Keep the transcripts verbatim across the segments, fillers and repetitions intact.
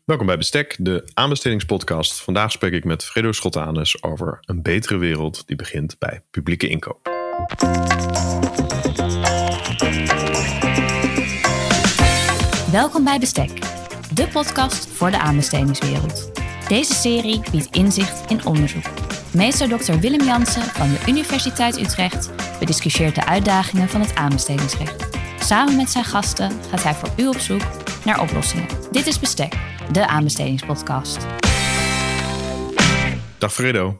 Welkom bij Bestek, de aanbestedingspodcast. Vandaag spreek ik met Fredo Schotanus over een betere wereld die begint bij publieke inkoop. Welkom bij Bestek, de podcast voor de aanbestedingswereld. Deze serie biedt inzicht in onderzoek. Meester dokter Willem Jansen van de Universiteit Utrecht bediscussieert de uitdagingen van het aanbestedingsrecht. Samen met zijn gasten gaat hij voor u op zoek naar oplossingen. Dit is Bestek, de aanbestedingspodcast. Dag Fredo.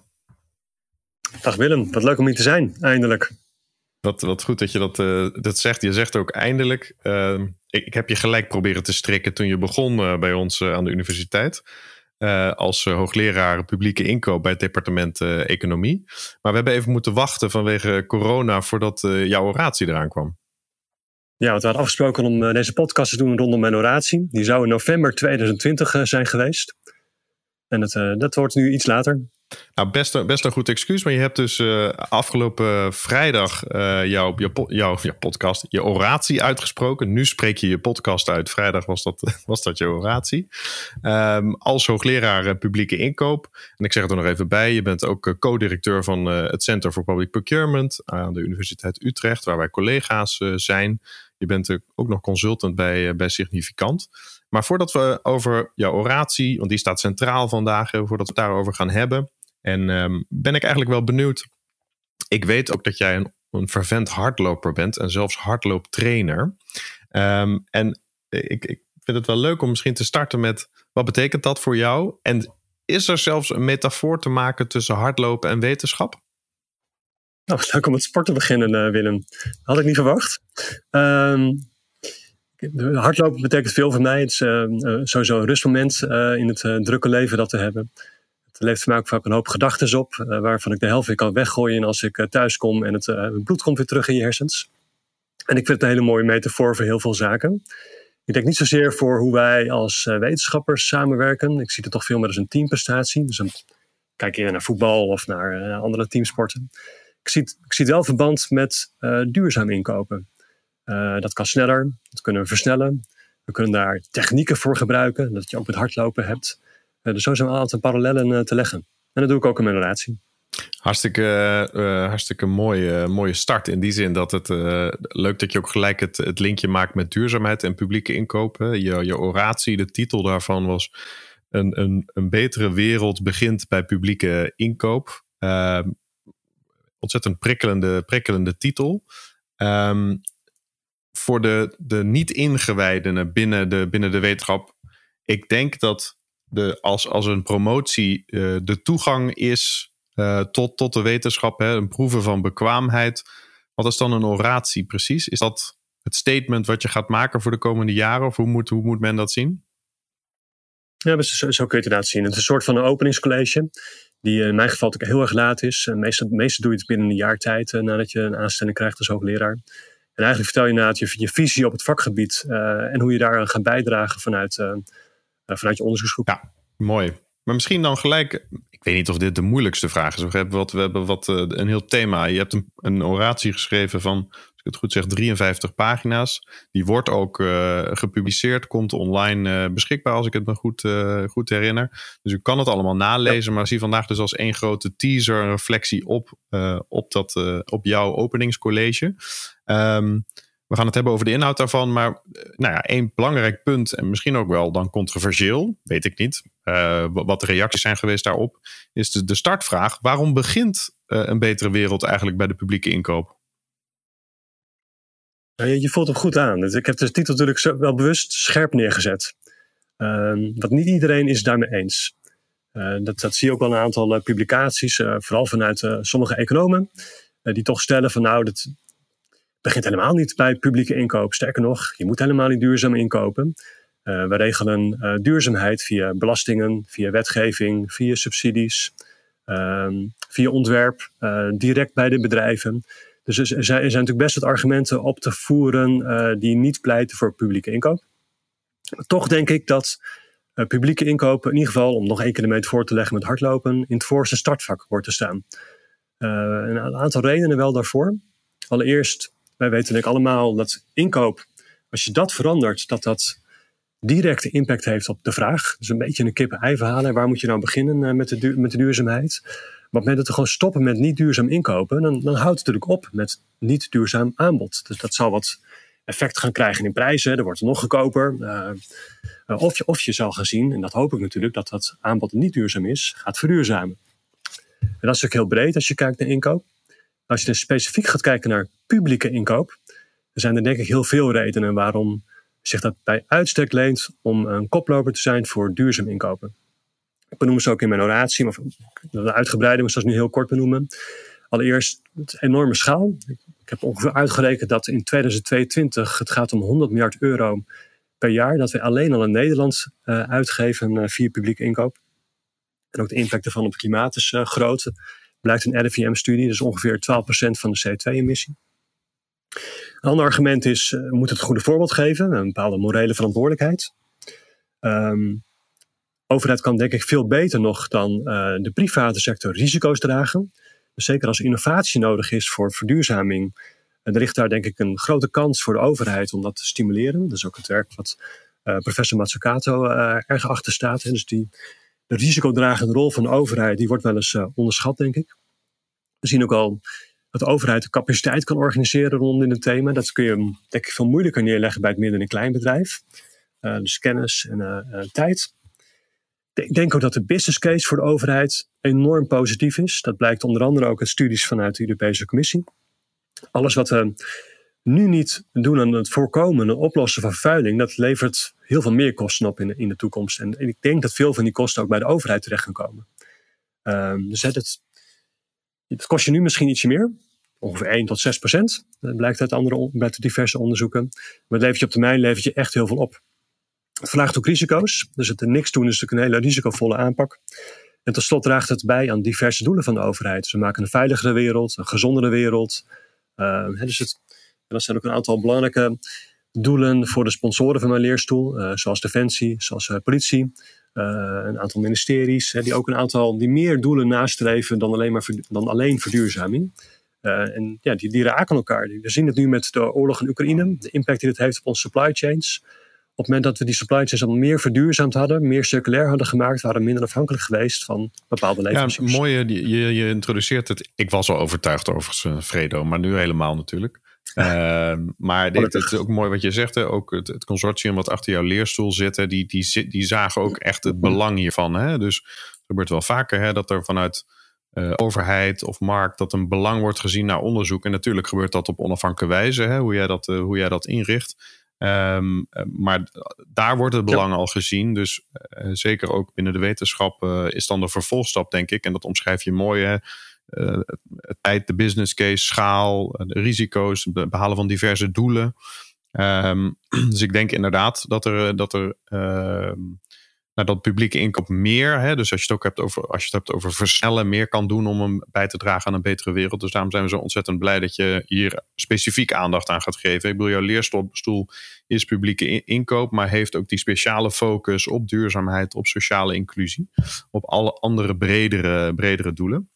Dag Willem, wat leuk om hier te zijn, eindelijk. Wat, wat goed dat je dat, uh, dat zegt. Je zegt ook eindelijk. Uh, ik, ik heb je gelijk proberen te strikken toen je begon uh, bij ons uh, aan de universiteit. Uh, als uh, hoogleraar publieke inkoop bij het departement uh, Economie. Maar we hebben even moeten wachten vanwege corona voordat uh, jouw oratie eraan kwam. Ja, want we hadden afgesproken om uh, deze podcast te doen rondom mijn oratie. Die zou in november tweeduizend twintig uh, zijn geweest. En het, uh, dat wordt nu iets later. Nou, best een, best een goed excuus. Maar je hebt dus uh, afgelopen vrijdag uh, jouw, jouw, jouw, jouw podcast, je oratie uitgesproken. Nu spreek je je podcast uit. Vrijdag was dat, was dat je oratie. Um, als hoogleraar uh, publieke inkoop. En ik zeg het er nog even bij. Je bent ook uh, co-directeur van uh, het Center for Public Procurement aan de Universiteit Utrecht. Waar wij collega's uh, zijn. Je bent uh, ook nog consultant bij, uh, bij Significant. Maar voordat we over jouw oratie, want die staat centraal vandaag, uh, voordat we het daarover gaan hebben. En um, ben ik eigenlijk wel benieuwd. Ik weet ook dat jij een, een fervent hardloper bent en zelfs hardlooptrainer. Um, en ik, ik vind het wel leuk om misschien te starten met wat betekent dat voor jou? En is er zelfs een metafoor te maken tussen hardlopen en wetenschap? Nou, leuk om met sport te beginnen, uh, Willem. Dat had ik niet verwacht. Um, hardlopen betekent veel voor mij. Het is uh, uh, sowieso een rustmoment uh, in het uh, drukke leven dat we hebben. Het levert voor mij ook vaak een hoop gedachten op, uh, waarvan ik de helft weer kan weggooien als ik uh, thuis kom en het uh, bloed komt weer terug in je hersens. En ik vind het een hele mooie metafoor voor heel veel zaken. Ik denk niet zozeer voor hoe wij als uh, wetenschappers samenwerken. Ik zie het toch veel meer als een teamprestatie. Dus dan kijk je naar voetbal of naar uh, andere teamsporten. Ik zie, het, ik zie het wel verband met uh, duurzaam inkopen. Uh, dat kan sneller, dat kunnen we versnellen. We kunnen daar technieken voor gebruiken, dat je ook met hardlopen hebt. Uh, dus zo zijn we een aantal parallellen uh, te leggen. En dat doe ik ook in mijn relatie. Hartstikke, uh, hartstikke mooie, uh, mooie start in die zin dat het uh, leuk dat je ook gelijk het, het linkje maakt met duurzaamheid en publieke inkoop. Hè. Je, je oratie, de titel daarvan was een, een, een betere wereld begint bij publieke inkoop. Uh, ontzettend prikkelende, prikkelende titel. Um, voor de, de niet-ingewijdenen binnen de, binnen de wetenschap, ik denk dat de, als, als een promotie uh, de toegang is uh, tot, tot de wetenschap, hè, een proeven van bekwaamheid. Wat is dan een oratie precies? Is dat het statement wat je gaat maken voor de komende jaren? Of hoe moet, hoe moet men dat zien? Ja, zo, zo kun je het inderdaad zien. Het is een soort van een openingscollege, die in mijn geval heel erg laat is. Meestal, meestal doe je het binnen een jaar tijd uh, nadat je een aanstelling krijgt als hoogleraar. En eigenlijk vertel je inderdaad je, je visie op het vakgebied uh, en hoe je daar gaat bijdragen vanuit, uh, vanuit je onderzoeksgroep. Ja, mooi. Maar misschien dan gelijk, ik weet niet of dit de moeilijkste vraag is. We hebben wat, we hebben wat uh, een heel thema. Je hebt een, een oratie geschreven van, als ik het goed zeg, drieënvijftig pagina's. Die wordt ook uh, gepubliceerd, komt online uh, beschikbaar als ik het me goed, uh, goed herinner. Dus u kan het allemaal nalezen, ja. Maar zie vandaag dus als één grote teaser, een reflectie op, uh, op, dat, uh, op jouw openingscollege. Um, we gaan het hebben over de inhoud daarvan. Maar nou ja, één belangrijk punt, en misschien ook wel dan controversieel, weet ik niet. Uh, wat de reacties zijn geweest daarop, is de, de startvraag. Waarom begint uh, een betere wereld eigenlijk bij de publieke inkoop? Je, je voelt hem goed aan. Ik heb de titel natuurlijk wel bewust scherp neergezet. Uh, want niet iedereen is het daarmee eens. Uh, dat, dat zie je ook wel een aantal uh, publicaties, uh, vooral vanuit uh, sommige economen, uh, die toch stellen van nou, dat begint helemaal niet bij publieke inkoop. Sterker nog, je moet helemaal niet duurzaam inkopen. Uh, we regelen uh, duurzaamheid via belastingen, via wetgeving, via subsidies, uh, via ontwerp, uh, direct bij de bedrijven. Dus er zijn, er zijn natuurlijk best wat argumenten op te voeren uh, die niet pleiten voor publieke inkoop. Maar toch denk ik dat uh, publieke inkoop in ieder geval, om nog één keer de meet voor te leggen met hardlopen, in het voorste startvak hoort te staan. Uh, een aantal redenen wel daarvoor. Allereerst, wij weten denk ik allemaal dat inkoop, als je dat verandert, dat dat directe impact heeft op de vraag. Dus een beetje een kip-ei verhaal. Waar moet je nou beginnen uh, met, de du- met de duurzaamheid? Maar op het moment dat we gewoon stoppen met niet duurzaam inkopen, dan, dan houdt het natuurlijk op met niet duurzaam aanbod. Dus dat zal wat effect gaan krijgen in prijzen. Er wordt nog goedkoper. Uh, uh, of, je, of je zal gaan zien, en dat hoop ik natuurlijk, dat dat aanbod dat niet duurzaam is, gaat verduurzamen. En dat is ook heel breed als je kijkt naar inkoop. Als je dus specifiek gaat kijken naar publieke inkoop, dan zijn er denk ik heel veel redenen waarom zich dat bij uitstek leent om een koploper te zijn voor duurzaam inkopen. Ik benoem ze ook in mijn oratie, maar de uitgebreide, zoals nu heel kort benoemen. Allereerst het enorme schaal. Ik heb ongeveer uitgerekend dat in tweeduizend tweeëntwintig het gaat om honderd miljard euro per jaar dat we alleen al in Nederland uh, uitgeven uh, via publieke inkoop. En ook de impact ervan op het klimaat is uh, groot. Blijkt een R I V M-studie, dus ongeveer twaalf procent van de C O twee emissie. Een ander argument is, uh, we moeten het goede voorbeeld geven, een bepaalde morele verantwoordelijkheid. Um, overheid kan denk ik veel beter nog dan uh, de private sector risico's dragen. Dus zeker als innovatie nodig is voor verduurzaming, en er ligt daar denk ik een grote kans voor de overheid om dat te stimuleren. Dat is ook het werk wat uh, professor Mazzucato uh, erg achter staat. Hè. Dus die, de risicodragende rol van de overheid, die wordt wel eens uh, onderschat, denk ik. We zien ook al dat de overheid de capaciteit kan organiseren rondom dit thema. Dat kun je denk ik veel moeilijker neerleggen bij het midden- en kleinbedrijf. Uh, dus kennis en uh, uh, tijd. Ik denk ook dat de business case voor de overheid enorm positief is. Dat blijkt onder andere ook uit studies vanuit de Europese Commissie. Alles wat we nu niet doen aan het voorkomen en oplossen van vervuiling, dat levert heel veel meer kosten op in de, in de toekomst. En, en ik denk dat veel van die kosten ook bij de overheid terecht gaan komen. Um, dus het, het kost je nu misschien ietsje meer. Ongeveer één tot zes procent. Dat blijkt uit, andere, uit diverse onderzoeken. Maar het levert je op termijn levert je echt heel veel op. Het verlaagt ook risico's. Dus het er niks doen is natuurlijk een hele risicovolle aanpak. En tot slot draagt het bij aan diverse doelen van de overheid. Dus we maken een veiligere wereld, een gezondere wereld. Uh, dus het, dat zijn ook een aantal belangrijke doelen voor de sponsoren van mijn leerstoel. Uh, zoals Defensie, zoals uh, politie. Uh, een aantal ministeries. Hè, die ook een aantal die meer doelen nastreven dan alleen, maar, dan alleen verduurzaming. Uh, en ja, die, die raken elkaar. We zien het nu met de oorlog in Oekraïne. De impact die het heeft op onze supply chains. Op het moment dat we die supply chains al meer verduurzaamd hadden, meer circulair hadden gemaakt, waren we minder afhankelijk geweest van bepaalde leveranciers. Ja, mooi. Je, je introduceert het. Ik was al overtuigd overigens, Fredo, maar nu helemaal natuurlijk. Uh, maar dit, het is ook mooi wat je zegt. Hè? Ook het, het consortium wat achter jouw leerstoel zit, hè? Die, die, die zagen ook echt het belang hiervan. Hè? Dus het gebeurt wel vaker hè, dat er vanuit uh, overheid of markt dat een belang wordt gezien naar onderzoek. En natuurlijk gebeurt dat op onafhankelijke wijze, hè? Hoe jij dat, uh, hoe jij dat inricht. Um, maar daar wordt het belang ja. al gezien. Dus uh, zeker ook binnen de wetenschap uh, is dan de vervolgstap, denk ik. En dat omschrijf je mooi. Hè? Uh, tijd, de business case, schaal, de risico's, het behalen van diverse doelen. Um, dus ik denk inderdaad dat er, dat er uh, nou, dat publieke inkoop meer, hè, dus als je het ook hebt over, als je het hebt over versnellen, meer kan doen om hem bij te dragen aan een betere wereld. Dus daarom zijn we zo ontzettend blij dat je hier specifiek aandacht aan gaat geven. Ik bedoel, jouw leerstoel is publieke inkoop, maar heeft ook die speciale focus op duurzaamheid, op sociale inclusie, op alle andere bredere, bredere doelen.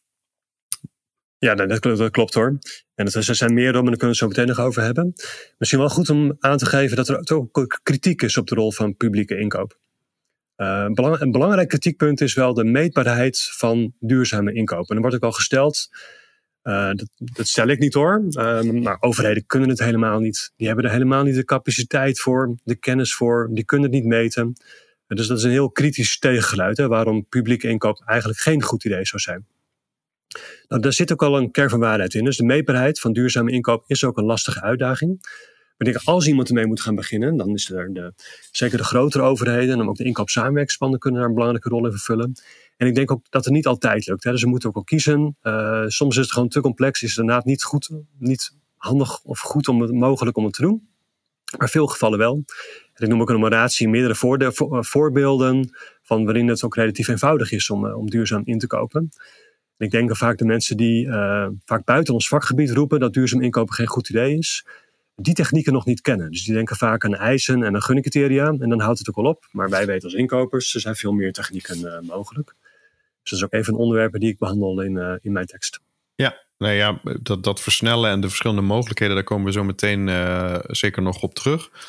Ja, dat, dat klopt hoor. En er zijn meer dan, maar daar kunnen we het zo meteen nog over hebben. Misschien wel goed om aan te geven dat er ook kritiek is op de rol van publieke inkoop. Uh, een belangrijk kritiekpunt is wel de meetbaarheid van duurzame inkoop. En er wordt ook al gesteld, uh, dat, dat stel ik niet hoor, uh, maar overheden kunnen het helemaal niet. Die hebben er helemaal niet de capaciteit voor, de kennis voor, die kunnen het niet meten. Uh, dus dat is een heel kritisch tegengeluid, hè, waarom publieke inkoop eigenlijk geen goed idee zou zijn. Nou, daar zit ook al een kern van waarheid in. Dus de meetbaarheid van duurzame inkoop is ook een lastige uitdaging. Maar ik denk, als iemand ermee moet gaan beginnen, dan is er de, zeker de grotere overheden en ook de inkoopsamenwerkingsverbanden kunnen daar een belangrijke rol in vervullen. En ik denk ook dat het niet altijd lukt. Hè. Dus we moeten ook wel kiezen. Uh, soms is het gewoon te complex, is het inderdaad niet goed, niet handig of goed om het mogelijk om het te doen. Maar in veel gevallen wel. En ik noem ook een oratie meerdere voorde, vo, voorbeelden van waarin het ook relatief eenvoudig is om, uh, om duurzaam in te kopen. En ik denk dat vaak de mensen die uh, vaak buiten ons vakgebied roepen dat duurzaam inkopen geen goed idee is, die technieken nog niet kennen. Dus die denken vaak aan eisen en aan guncriteria. En dan houdt het ook wel op. Maar wij weten als inkopers, er zijn veel meer technieken uh, mogelijk. Dus dat is ook even een onderwerp die ik behandel in, uh, in mijn tekst. Ja, nou ja, dat, dat versnellen en de verschillende mogelijkheden, daar komen we zo meteen uh, zeker nog op terug.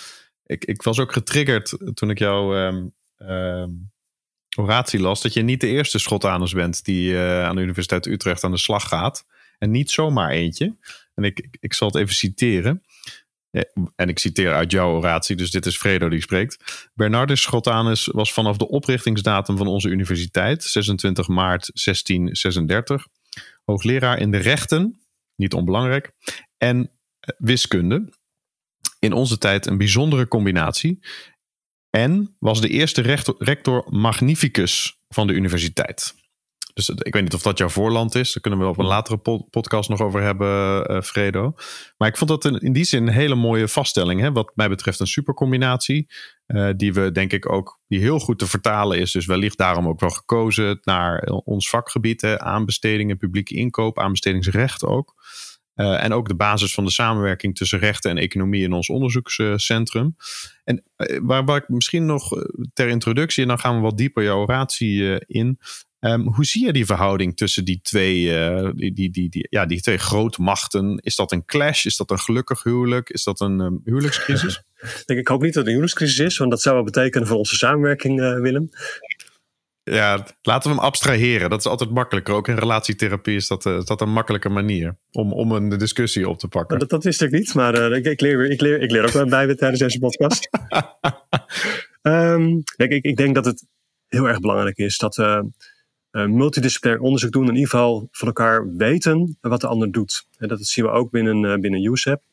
ik, ik was ook getriggerd toen ik jouw um, um, oratie las, dat je niet de eerste Schotanus bent die uh, aan de Universiteit Utrecht aan de slag gaat. En niet zomaar eentje. En ik, ik, ik zal het even citeren. Ja, en ik citeer uit jouw oratie, dus dit is Fredo die spreekt. Bernardus Schotanus was vanaf de oprichtingsdatum van onze universiteit, zesentwintig maart zestien zesendertig, hoogleraar in de rechten, niet onbelangrijk, en wiskunde. In onze tijd een bijzondere combinatie. En was de eerste rector, rector magnificus van de universiteit. Dus ik weet niet of dat jouw voorland is. Daar kunnen we op een latere pod- podcast nog over hebben, uh, Fredo. Maar ik vond dat in, in die zin een hele mooie vaststelling. Hè? Wat mij betreft een supercombinatie. Uh, die we denk ik ook die heel goed te vertalen is. Dus wellicht daarom ook wel gekozen naar ons vakgebied. Hè? Aanbestedingen, publieke inkoop, aanbestedingsrecht ook. Uh, en ook de basis van de samenwerking tussen rechten en economie in ons onderzoekscentrum. En uh, waar, waar ik misschien nog uh, ter introductie, en dan gaan we wat dieper jouw oratie uh, in. Um, hoe zie je die verhouding tussen die twee, uh, die, die, die, die, ja, die twee grootmachten? Is dat een clash? Is dat een gelukkig huwelijk? Is dat een um, huwelijkscrisis? Denk, ik hoop niet dat het een huwelijkscrisis is, want dat zou wel betekenen voor onze samenwerking, uh, Willem. Ja, laten we hem abstraheren. Dat is altijd makkelijker. Ook in relatietherapie is dat, uh, is dat een makkelijke manier om, om een discussie op te pakken. Dat, dat wist ik niet, maar uh, ik, ik, leer, ik, leer, ik leer ook wel bij tijdens deze podcast. um, kijk, ik, ik denk dat het heel erg belangrijk is dat we uh, multidisciplinair onderzoek doen. In ieder geval van elkaar weten wat de ander doet. En dat zien we ook binnen, uh, binnen U S E P.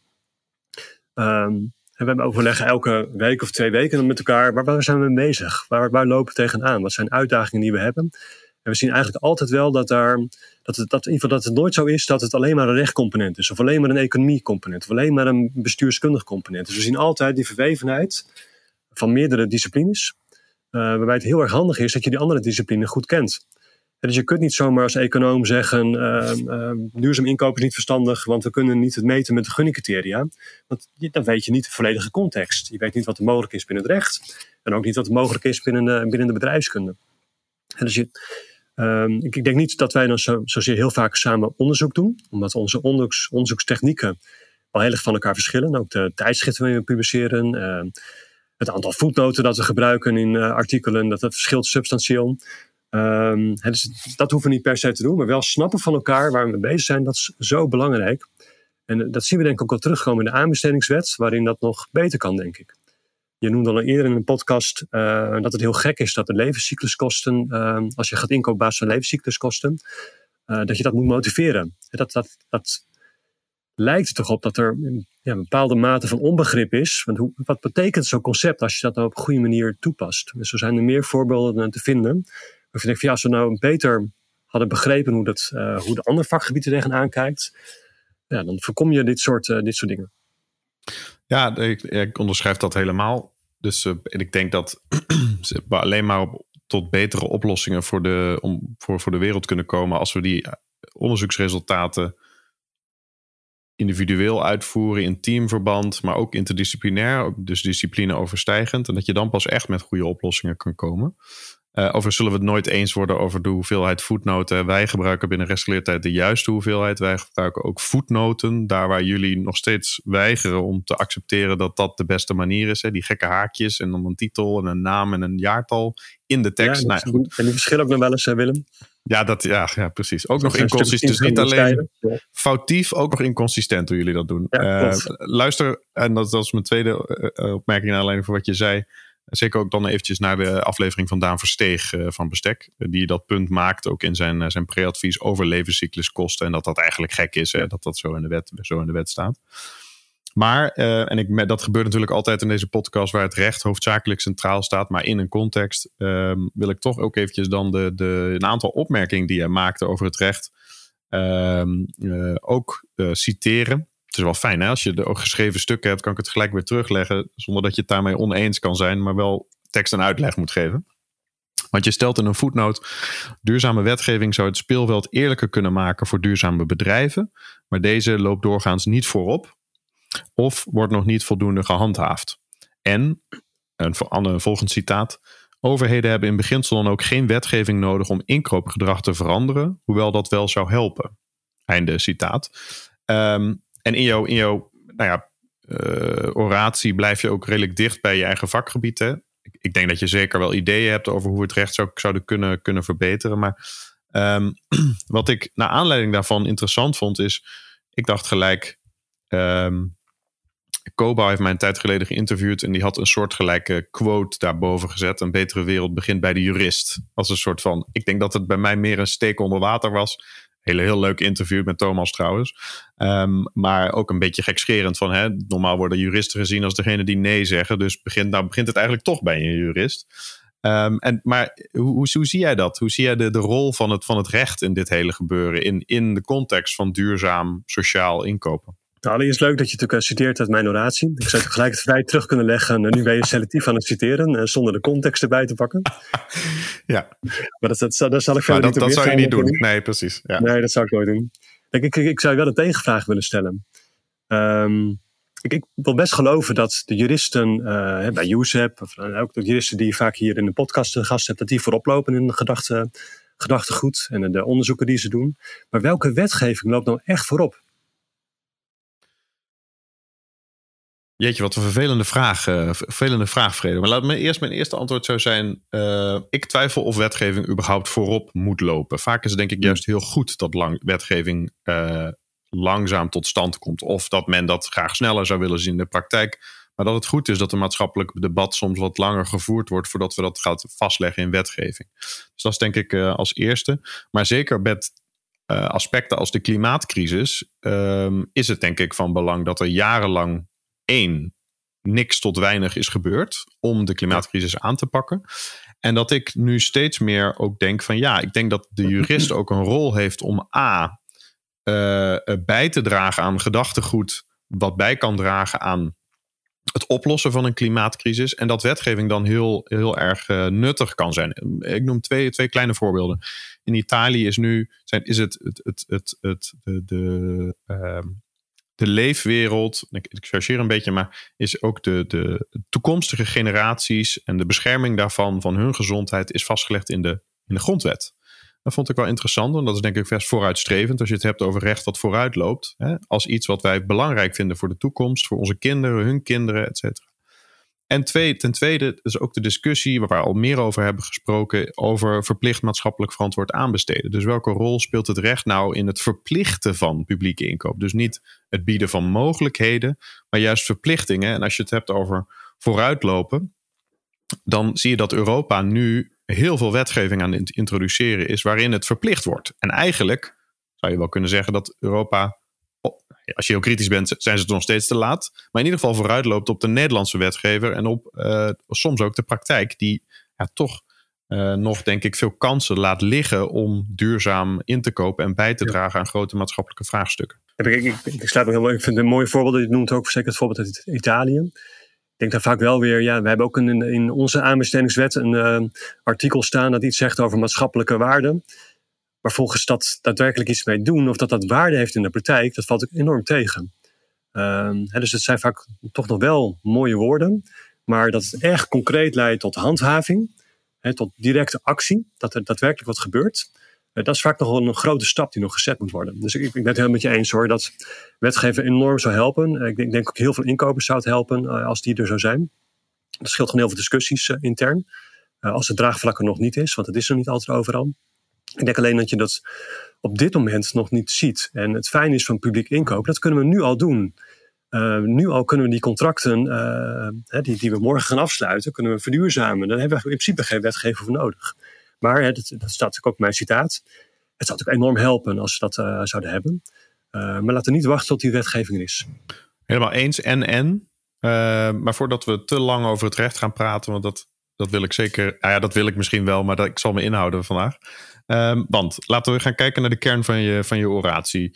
Um, En we hebben overleggen elke week of twee weken met elkaar. Waar, waar zijn we mee bezig? Waar, waar lopen we tegenaan? Wat zijn uitdagingen die we hebben? En we zien eigenlijk altijd wel dat, daar, dat, het, dat, in ieder geval dat het nooit zo is dat het alleen maar een rechtcomponent is. Of alleen maar een economiecomponent. Of alleen maar een bestuurskundig component. Dus we zien altijd die verwevenheid van meerdere disciplines. Uh, waarbij het heel erg handig is dat je die andere discipline goed kent. En dus je kunt niet zomaar als econoom zeggen, uh, uh, duurzaam inkoop is niet verstandig, want we kunnen niet het meten met de gunningcriteria. Want je, dan weet je niet de volledige context. Je weet niet wat er mogelijk is binnen het recht. En ook niet wat er mogelijk is binnen de, binnen de bedrijfskunde. En dus je, uh, ik, ik denk niet dat wij dan zo, zozeer heel vaak samen onderzoek doen. Omdat onze onderzoeks, onderzoekstechnieken wel heel erg van elkaar verschillen. Ook de tijdschriften waarin we publiceren. Uh, het aantal voetnoten dat we gebruiken in uh, artikelen, dat, dat verschilt substantieel. Um, dus dat hoeven we niet per se te doen, maar wel snappen van elkaar waar we mee bezig zijn, dat is zo belangrijk. En dat zien we denk ik ook al terugkomen in de aanbestedingswet, waarin dat nog beter kan, denk ik. Je noemde al eerder in een podcast uh, dat het heel gek is dat de levenscycluskosten, uh, als je gaat inkopen op basis van levenscycluskosten, uh, dat je dat moet motiveren. Dat, dat, dat lijkt er toch op dat er ja, een bepaalde mate van onbegrip is. Want hoe, wat betekent zo'n concept als je dat nou op een goede manier toepast? Dus er zijn er meer voorbeelden te vinden. Of je denkt, ja, als we nou beter hadden begrepen hoe, dat, uh, hoe de andere vakgebieden tegenaan kijkt, ja, dan voorkom je dit soort, uh, dit soort dingen. Ja, ik, ik onderschrijf dat helemaal. Dus uh, ik denk dat we alleen maar op, tot betere oplossingen voor de, om, voor, voor de wereld kunnen komen als we die onderzoeksresultaten individueel uitvoeren in teamverband, maar ook interdisciplinair, dus discipline overstijgend. En dat je dan pas echt met goede oplossingen kan komen. Uh, overigens zullen we het nooit eens worden over de hoeveelheid voetnoten. Wij gebruiken binnen rechtsgeleerdheid de juiste hoeveelheid. Wij gebruiken ook voetnoten. Daar waar jullie nog steeds weigeren om te accepteren dat dat de beste manier is. Hè? Die gekke haakjes en dan een titel en een naam en een jaartal in de tekst. Ja, nou, goed. En die verschillen ook nog wel eens, Willem. Ja, dat, ja, ja, precies. Ook nog inconsistent. Dus niet alleen foutief, ook nog inconsistent hoe jullie dat doen. Ja, uh, luister, en dat, dat is mijn tweede uh, opmerking naar aanleiding van wat je zei. Zeker ook dan eventjes naar de aflevering van Daan Versteeg uh, van Bestek. Die dat punt maakt ook in zijn, uh, zijn pre-advies over levenscycluskosten. En dat dat eigenlijk gek is, hè, dat dat zo in de wet, zo in de wet staat. Maar, uh, en ik, dat gebeurt natuurlijk altijd in deze podcast waar het recht hoofdzakelijk centraal staat. Maar in een context uh, wil ik toch ook eventjes dan de, de, een aantal opmerkingen die hij maakte over het recht uh, uh, ook uh, citeren. Het is wel fijn, hè? Als je de geschreven stukken hebt, kan ik het gelijk weer terugleggen, zonder dat je het daarmee oneens kan zijn, maar wel tekst en uitleg moet geven. Want je stelt in een voetnoot, duurzame wetgeving zou het speelveld eerlijker kunnen maken voor duurzame bedrijven, maar deze loopt doorgaans niet voorop of wordt nog niet voldoende gehandhaafd. En, een, een volgend citaat, overheden hebben in beginsel dan ook geen wetgeving nodig om inkoopgedrag te veranderen, hoewel dat wel zou helpen. Einde citaat. Um, En in jouw, in jouw nou ja, uh, oratie blijf je ook redelijk dicht bij je eigen vakgebied. Hè? Ik, ik denk dat je zeker wel ideeën hebt over hoe we het recht zou, zouden kunnen, kunnen verbeteren. Maar um, wat ik naar aanleiding daarvan interessant vond is, ik dacht gelijk, um, Koba heeft mij een tijd geleden geïnterviewd en die had een soortgelijke quote daarboven gezet. Een betere wereld begint bij de jurist. Als een soort van, ik denk dat het bij mij meer een steek onder water was. Hele heel leuk interview met Thomas trouwens. Um, maar ook een beetje gekscherend van, hè, normaal worden juristen gezien als degene die nee zeggen. Dus begint, nou begint het eigenlijk toch bij een jurist. Um, en, maar hoe, hoe, hoe zie jij dat? Hoe zie jij de, de rol van het, van het recht in dit hele gebeuren? In, in de context van duurzaam sociaal inkopen? Nou, allereerst leuk dat je natuurlijk citeert uit mijn oratie. Ik zou het gelijk het vrij terug kunnen leggen. En nu ben je selectief aan het citeren, zonder de context erbij te pakken. Ja. Maar dat, dat, dat zal ik verder dat, niet dat zou je niet doen. doen. Nee, precies. Ja. Nee, dat zou ik nooit doen. Ik, ik, ik zou je wel een tegenvraag willen stellen. Um, ik, ik wil best geloven dat de juristen uh, bij U S E P, of uh, ook de juristen die je vaak hier in de podcast te gast hebt, dat die voorop lopen in de gedachte, gedachtegoed en de onderzoeken die ze doen. Maar welke wetgeving loopt nou echt voorop? Jeetje, wat een vervelende vraag, uh, vervelende vraag, Fredo. Maar laat me eerst mijn eerste antwoord zo zijn. Uh, ik twijfel of wetgeving überhaupt voorop moet lopen. Vaak is het denk ik juist heel goed dat lang, wetgeving uh, langzaam tot stand komt. Of dat men dat graag sneller zou willen zien in de praktijk. Maar dat het goed is dat een maatschappelijk debat soms wat langer gevoerd wordt voordat we dat gaan vastleggen in wetgeving. Dus dat is denk ik uh, als eerste. Maar zeker met uh, aspecten als de klimaatcrisis uh, is het denk ik van belang dat er jarenlang één, niks tot weinig is gebeurd om de klimaatcrisis aan te pakken. En dat ik nu steeds meer ook denk van ja, ik denk dat de jurist ook een rol heeft om a, uh, bij te dragen aan gedachtegoed wat bij kan dragen aan het oplossen van een klimaatcrisis. En dat wetgeving dan heel, heel erg uh, nuttig kan zijn. Ik noem twee, twee kleine voorbeelden. In Italië is nu zijn, is het, het, het, het, het de, de uh, De leefwereld, ik chargeer een beetje, maar is ook de, de toekomstige generaties en de bescherming daarvan, van hun gezondheid, is vastgelegd in de, in de grondwet. Dat vond ik wel interessant, en dat is denk ik best vooruitstrevend als je het hebt over recht dat vooruit loopt. Hè, als iets wat wij belangrijk vinden voor de toekomst, voor onze kinderen, hun kinderen, et cetera. En twee, ten tweede is ook de discussie, waar we al meer over hebben gesproken, over verplicht maatschappelijk verantwoord aanbesteden. Dus welke rol speelt het recht nou in het verplichten van publieke inkoop? Dus niet het bieden van mogelijkheden, maar juist verplichtingen. En als je het hebt over vooruitlopen, dan zie je dat Europa nu heel veel wetgeving aan het introduceren is waarin het verplicht wordt. En eigenlijk zou je wel kunnen zeggen dat Europa, als je heel kritisch bent, zijn ze nog steeds te laat. Maar in ieder geval vooruit loopt op de Nederlandse wetgever en op uh, soms ook de praktijk die ja, toch uh, nog, denk ik, veel kansen laat liggen om duurzaam in te kopen en bij te dragen ja. aan grote maatschappelijke vraagstukken. Ik, ik, ik, ik, sluit me heel mooi. Ik vind het een mooi voorbeeld. Je noemt ook zeker het voorbeeld uit Italië. Ik denk daar vaak wel weer, ja, we hebben ook in, in onze aanbestedingswet een uh, artikel staan dat iets zegt over maatschappelijke waarden. Maar volgens dat daadwerkelijk iets mee doen, of dat dat waarde heeft in de praktijk, dat valt ook enorm tegen. Uh, hè, dus het zijn vaak toch nog wel mooie woorden, maar dat het echt concreet leidt tot handhaving, hè, tot directe actie, dat er daadwerkelijk wat gebeurt. Uh, dat is vaak nog wel een grote stap die nog gezet moet worden. Dus ik, ik ben het heel met je eens hoor, dat wetgeven enorm zou helpen. Uh, ik, denk, ik denk ook heel veel inkopers zou het helpen uh, als die er zou zijn. Dat scheelt gewoon heel veel discussies uh, intern. Uh, als het draagvlak er nog niet is, want het is er niet altijd overal. Ik denk alleen dat je dat op dit moment nog niet ziet. En het fijne is van publiek inkoop, dat kunnen we nu al doen. Uh, nu al kunnen we die contracten uh, die, die we morgen gaan afsluiten, kunnen we verduurzamen. Daar hebben we in principe geen wetgever voor nodig. Maar, hè, dat, dat staat natuurlijk ook in mijn citaat, het zou natuurlijk enorm helpen als we dat uh, zouden hebben. Uh, maar laten we niet wachten tot die wetgeving er is. Helemaal eens en en. Uh, maar voordat we te lang over het recht gaan praten, want dat, dat wil ik zeker, nou ja, dat wil ik misschien wel, maar dat, ik zal me inhouden vandaag. Um, want laten we gaan kijken naar de kern van je, van je oratie.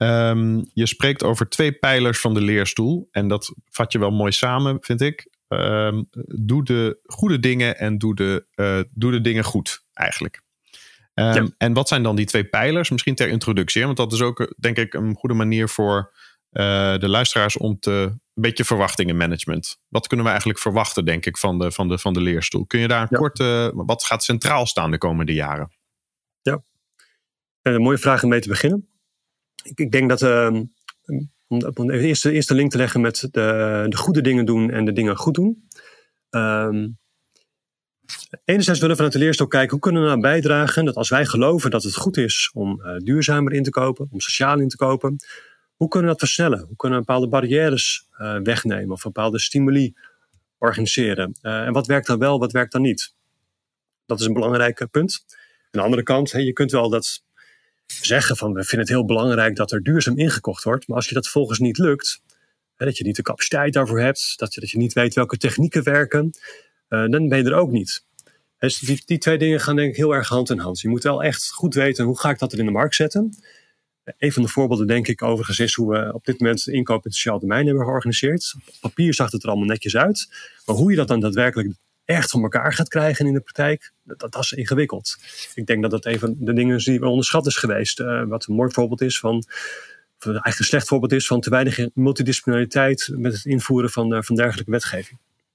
Um, je spreekt over twee pijlers van de leerstoel. En dat vat je wel mooi samen, vind ik. Um, doe de goede dingen en doe de, uh, doe de dingen goed, eigenlijk. Um, ja. En wat zijn dan die twee pijlers? Misschien ter introductie. Want dat is ook, denk ik, een goede manier voor uh, de luisteraars om te, een beetje verwachtingenmanagement. Wat kunnen we eigenlijk verwachten, denk ik, van de, van de, van de leerstoel? Kun je daar een ja. korte, wat gaat centraal staan de komende jaren? Ja, een mooie vraag om mee te beginnen. Ik, ik denk dat uh, om, om de eerste, eerste link te leggen met de, de goede dingen doen en de dingen goed doen. Um, enerzijds willen we vanuit de leerstoel kijken hoe kunnen we nou bijdragen dat als wij geloven dat het goed is om uh, duurzamer in te kopen, om sociaal in te kopen, hoe kunnen we dat versnellen? Hoe kunnen we bepaalde barrières uh, wegnemen of bepaalde stimuli organiseren? Uh, en wat werkt dan wel, wat werkt dan niet? Dat is een belangrijk punt. Aan de andere kant, hey, je kunt wel dat zeggen van we vinden het heel belangrijk dat er duurzaam ingekocht wordt. Maar als je dat volgens niet lukt, hè, dat je niet de capaciteit daarvoor hebt, dat je, dat je niet weet welke technieken werken, uh, dan ben je er ook niet. Dus die, die twee dingen gaan denk ik heel erg hand in hand. Je moet wel echt goed weten hoe ga ik dat er in de markt zetten. Een van de voorbeelden denk ik overigens is hoe we op dit moment de inkoop in het sociaal domein hebben georganiseerd. Op papier zag het er allemaal netjes uit. Maar hoe je dat dan daadwerkelijk echt voor elkaar gaat krijgen in de praktijk, dat, dat is ingewikkeld. Ik denk dat dat een van de dingen is die onderschat is geweest. Uh, wat een mooi voorbeeld is van, of eigenlijk een slecht voorbeeld is van te weinig multidisciplinariteit met het invoeren van, uh, van dergelijke wetgeving.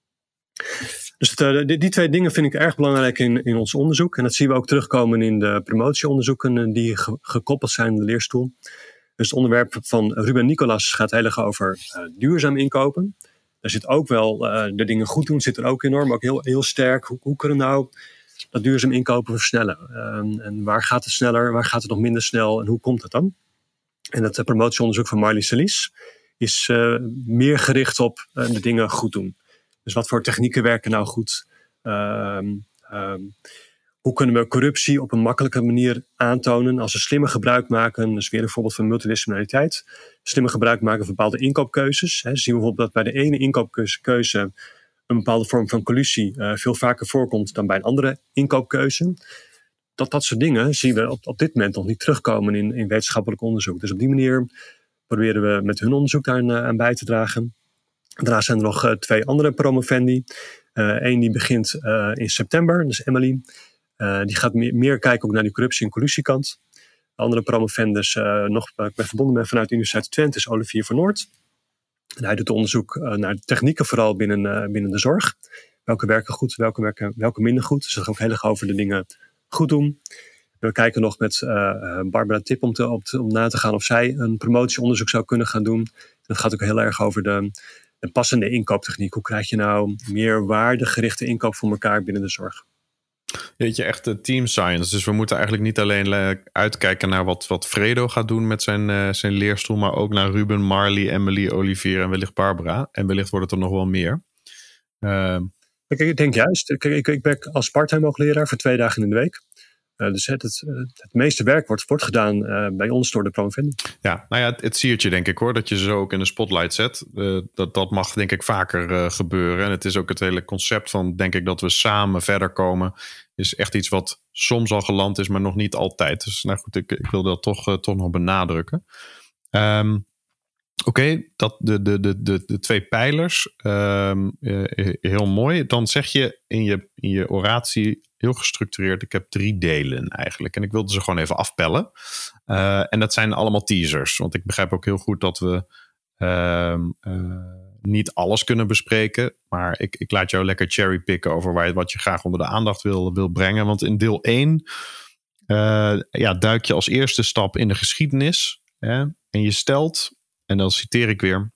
Dus het, uh, die, die twee dingen vind ik erg belangrijk in, in ons onderzoek. En dat zien we ook terugkomen in de promotieonderzoeken uh, die ge, gekoppeld zijn aan de leerstoel. Dus het onderwerp van Ruben Nicolas gaat heel erg over uh, duurzaam inkopen. Er zit ook wel uh, de dingen goed doen, zit er ook enorm, ook heel, heel sterk. Hoe, hoe kunnen we nou dat duurzaam inkopen versnellen? Um, en waar gaat het sneller, waar gaat het nog minder snel en hoe komt het dan? En het uh, promotieonderzoek van Marlie Salies is uh, meer gericht op uh, de dingen goed doen. Dus wat voor technieken werken nou goed? Um, um, hoe kunnen we corruptie op een makkelijke manier aantonen als we slimmer gebruik maken? Dat is weer een voorbeeld van multidisciplinariteit. Slimmer gebruik maken van bepaalde inkoopkeuzes. He, zien we bijvoorbeeld dat bij de ene inkoopkeuze een bepaalde vorm van collusie uh, veel vaker voorkomt dan bij een andere inkoopkeuze. Dat, dat soort dingen zien we op, op dit moment nog niet terugkomen in, in wetenschappelijk onderzoek. Dus op die manier proberen we met hun onderzoek daar aan, aan bij te dragen. Daarna zijn er nog uh, twee andere promovendi. Eén uh, die begint uh, in september, dat is Emily. Uh, die gaat meer, meer kijken ook naar die corruptie- en collusiekant. De andere promovendus, uh, nog, waar ik ben verbonden ben vanuit de Universiteit Twente, is Olivier van Noort. En hij doet onderzoek uh, naar technieken, vooral binnen, uh, binnen de zorg. Welke werken goed, welke werken welke minder goed. Dus dat gaat ook heel erg over de dingen goed doen. We kijken nog met uh, Barbara Tip om, te, om, te, om na te gaan of zij een promotieonderzoek zou kunnen gaan doen. En dat gaat ook heel erg over de, de passende inkooptechniek. Hoe krijg je nou meer waardegerichte inkoop voor elkaar binnen de zorg? Weet je, echt de team science. Dus we moeten eigenlijk niet alleen uitkijken naar wat, wat Fredo gaat doen met zijn, uh, zijn leerstoel, maar ook naar Ruben, Marlie, Emily, Olivier en wellicht Barbara. En wellicht wordt het er nog wel meer. Uh, ik, ik denk juist. Ik, ik, ik werk als parttime hoogleraar voor twee dagen in de week. Uh, dus het, het, het meeste werk wordt, wordt gedaan uh, bij ons door de promovendi. Ja, nou ja, het, het siertje denk ik hoor, dat je ze ook in de spotlight zet. Uh, dat, dat mag denk ik vaker uh, gebeuren. En het is ook het hele concept van denk ik dat we samen verder komen. Is echt iets wat soms al geland is, maar nog niet altijd. Dus nou goed, ik, ik wil dat toch, uh, toch nog benadrukken. Um, Oké, okay, dat de, de, de, de, de twee pijlers. Um, uh, heel mooi. Dan zeg je in je, in je oratie heel gestructureerd, ik heb drie delen eigenlijk. En ik wilde ze gewoon even afpellen. Uh, en dat zijn allemaal teasers. Want ik begrijp ook heel goed dat we uh, uh, niet alles kunnen bespreken. Maar ik, ik laat jou lekker cherrypicken over waar je, wat je graag onder de aandacht wil, wil brengen. Want in deel één uh, ja, duik je als eerste stap in de geschiedenis. Hè? En je stelt, en dan citeer ik weer,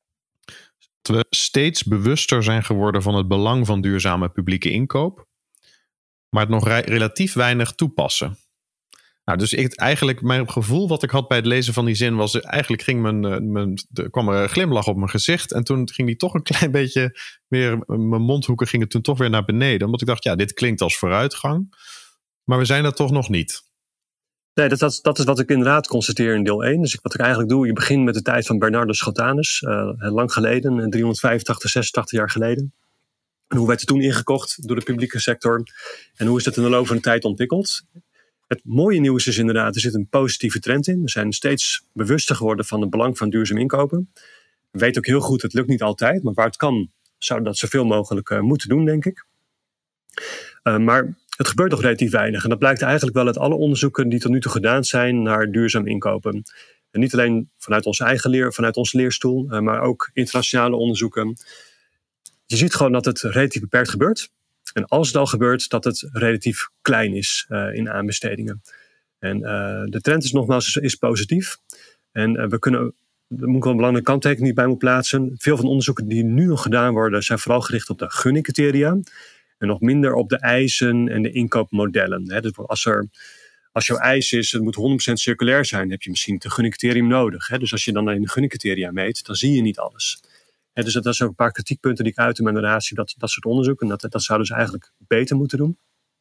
dat we steeds bewuster zijn geworden van het belang van duurzame publieke inkoop, maar het nog re- relatief weinig toepassen. Nou, dus ik, eigenlijk mijn gevoel wat ik had bij het lezen van die zin was, eigenlijk ging mijn, mijn, er kwam er een glimlach op mijn gezicht en toen ging die toch een klein beetje weer, mijn mondhoeken gingen toen toch weer naar beneden, omdat ik dacht, ja, dit klinkt als vooruitgang, maar we zijn er toch nog niet. Nee, dat, dat, dat is wat ik inderdaad constateer in deel één. Dus ik, wat ik eigenlijk doe, je begint met de tijd van Bernardus Schotanus, uh, lang geleden, driehonderdvijfentachtig, zesentachtig jaar geleden. En hoe werd het toen ingekocht door de publieke sector? En hoe is dat in de loop van de tijd ontwikkeld? Het mooie nieuws is inderdaad, er zit een positieve trend in. We zijn steeds bewuster geworden van het belang van duurzaam inkopen. We weten ook heel goed, het lukt niet altijd. Maar waar het kan, zouden we dat zoveel mogelijk uh, moeten doen, denk ik. Uh, maar het gebeurt nog relatief weinig. En dat blijkt eigenlijk wel uit alle onderzoeken die tot nu toe gedaan zijn naar duurzaam inkopen. En niet alleen vanuit onze eigen leer, vanuit onze leerstoel, uh, maar ook internationale onderzoeken. Je ziet gewoon dat het relatief beperkt gebeurt. En als het al gebeurt, dat het relatief klein is uh, in aanbestedingen. En uh, de trend is nogmaals is positief. En uh, we kunnen daar moet ik wel een belangrijke kanttekening bij moet plaatsen. Veel van de onderzoeken die nu nog gedaan worden zijn vooral gericht op de gunningcriteria. En nog minder op de eisen en de inkoopmodellen. Hè. Dus als, er, als jouw eis is, het moet honderd procent circulair zijn, heb je misschien een gunningcriterium nodig. Hè. Dus als je dan in de gunningcriteria meet, dan zie je niet alles. Hè, dus dat zijn ook een paar kritiekpunten die ik uit in mijn narratie, dat, dat soort onderzoeken. Dat, dat zouden ze eigenlijk beter moeten doen.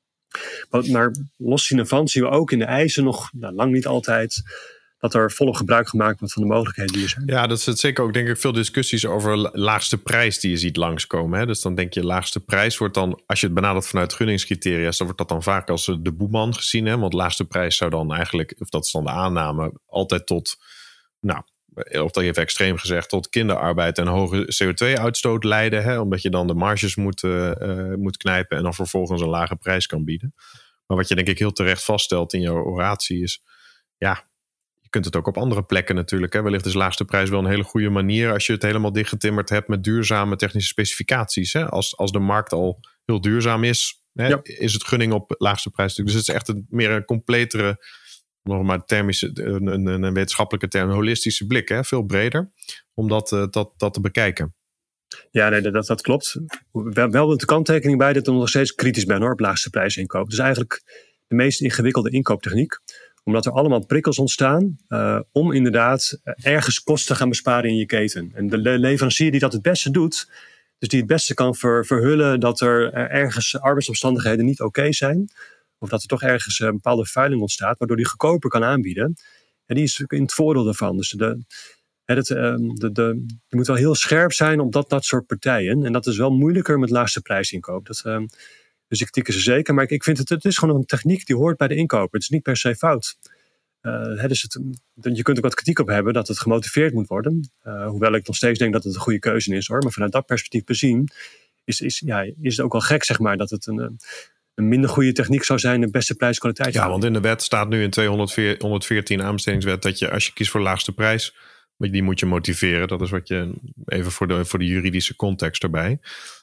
Maar, maar los hiervan zien we ook in de eisen nog, nou, lang niet altijd, dat er volop gebruik gemaakt wordt van de mogelijkheden die er zijn. Ja, dat is het zeker ook, denk ik, veel discussies over laagste prijs die je ziet langskomen. Hè? Dus dan denk je, laagste prijs wordt dan, als je het benadert vanuit gunningscriteria, dan wordt dat dan vaak als de boeman gezien. Hè? Want laagste prijs zou dan eigenlijk, of dat is dan de aanname, altijd tot, nou, of dat even extreem gezegd, tot kinderarbeid en hoge C O twee uitstoot leiden. Hè? Omdat je dan de marges moet, uh, uh, moet knijpen en dan vervolgens een lage prijs kan bieden. Maar wat je denk ik heel terecht vaststelt in jouw oratie is, ja, je kunt het ook op andere plekken natuurlijk. Hè. Wellicht is laagste prijs wel een hele goede manier als je het helemaal dichtgetimmerd hebt met duurzame technische specificaties. Hè. Als, als de markt al heel duurzaam is, hè, ja. is het gunning op laagste prijs. Dus het is echt een, meer een completere, nog maar termische, een, een, een wetenschappelijke term, een holistische blik. Hè. Veel breder om dat, uh, dat, dat te bekijken. Ja, nee, dat, dat klopt. Wel, wel met de kanttekening bij dat ik nog steeds kritisch ben hoor, op laagste prijs inkoop. Dus eigenlijk de meest ingewikkelde inkooptechniek. Omdat er allemaal prikkels ontstaan uh, om inderdaad ergens kosten te gaan besparen in je keten. En de leverancier die dat het beste doet, dus die het beste kan ver, verhullen dat er ergens arbeidsomstandigheden niet oké zijn. Of dat er toch ergens een bepaalde vervuiling ontstaat, waardoor die goedkoper kan aanbieden. En die is in het voordeel daarvan. Dus de, het, de, de, de, je moet wel heel scherp zijn op dat, dat soort partijen. En dat is wel moeilijker met laagste prijsinkoop. Dat, uh, dus ik tik ze zeker. Maar ik, ik vind het, het is gewoon een techniek die hoort bij de inkoper. Het is niet per se fout. Uh, het is het, je kunt ook wat kritiek op hebben dat het gemotiveerd moet worden. Uh, hoewel ik nog steeds denk dat het een goede keuze is hoor. Maar vanuit dat perspectief bezien is, is, ja, is het ook wel gek zeg maar dat het een, een minder goede techniek zou zijn. De beste prijs-kwaliteit. Ja, want in de wet staat nu in tweehonderdveertien aanbestedingswet dat je als je kiest voor laagste prijs, die moet je motiveren. Dat is wat je even voor de, voor de juridische context erbij.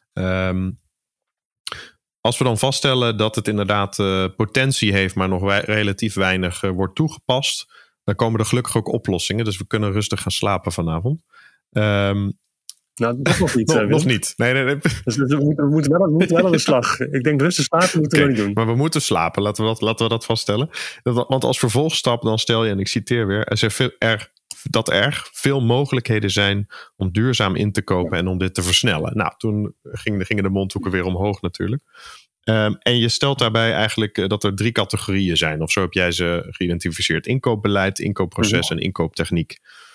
Um, Als we dan vaststellen dat het inderdaad uh, potentie heeft, maar nog wij, relatief weinig uh, wordt toegepast, dan komen er gelukkig ook oplossingen. Dus we kunnen rustig gaan slapen vanavond. Um, nou, dat nog niet. nog, uh, nog niet. Nee, nee, nee. Dus we moeten, we moeten wel, we moeten wel aan de slag. Ik denk rustig slapen moeten okay, we niet doen. Maar we moeten slapen, laten we dat, laten we dat vaststellen. Want als vervolgstap dan stel je, en ik citeer weer, er zijn veel, er, dat er veel mogelijkheden zijn om duurzaam in te kopen en om dit te versnellen. Nou, toen gingen, gingen de mondhoeken weer omhoog natuurlijk. Um, en je stelt daarbij eigenlijk uh, dat er drie categorieën zijn. Of zo heb jij ze geïdentificeerd. Inkoopbeleid, inkoopproces en inkooptechniek.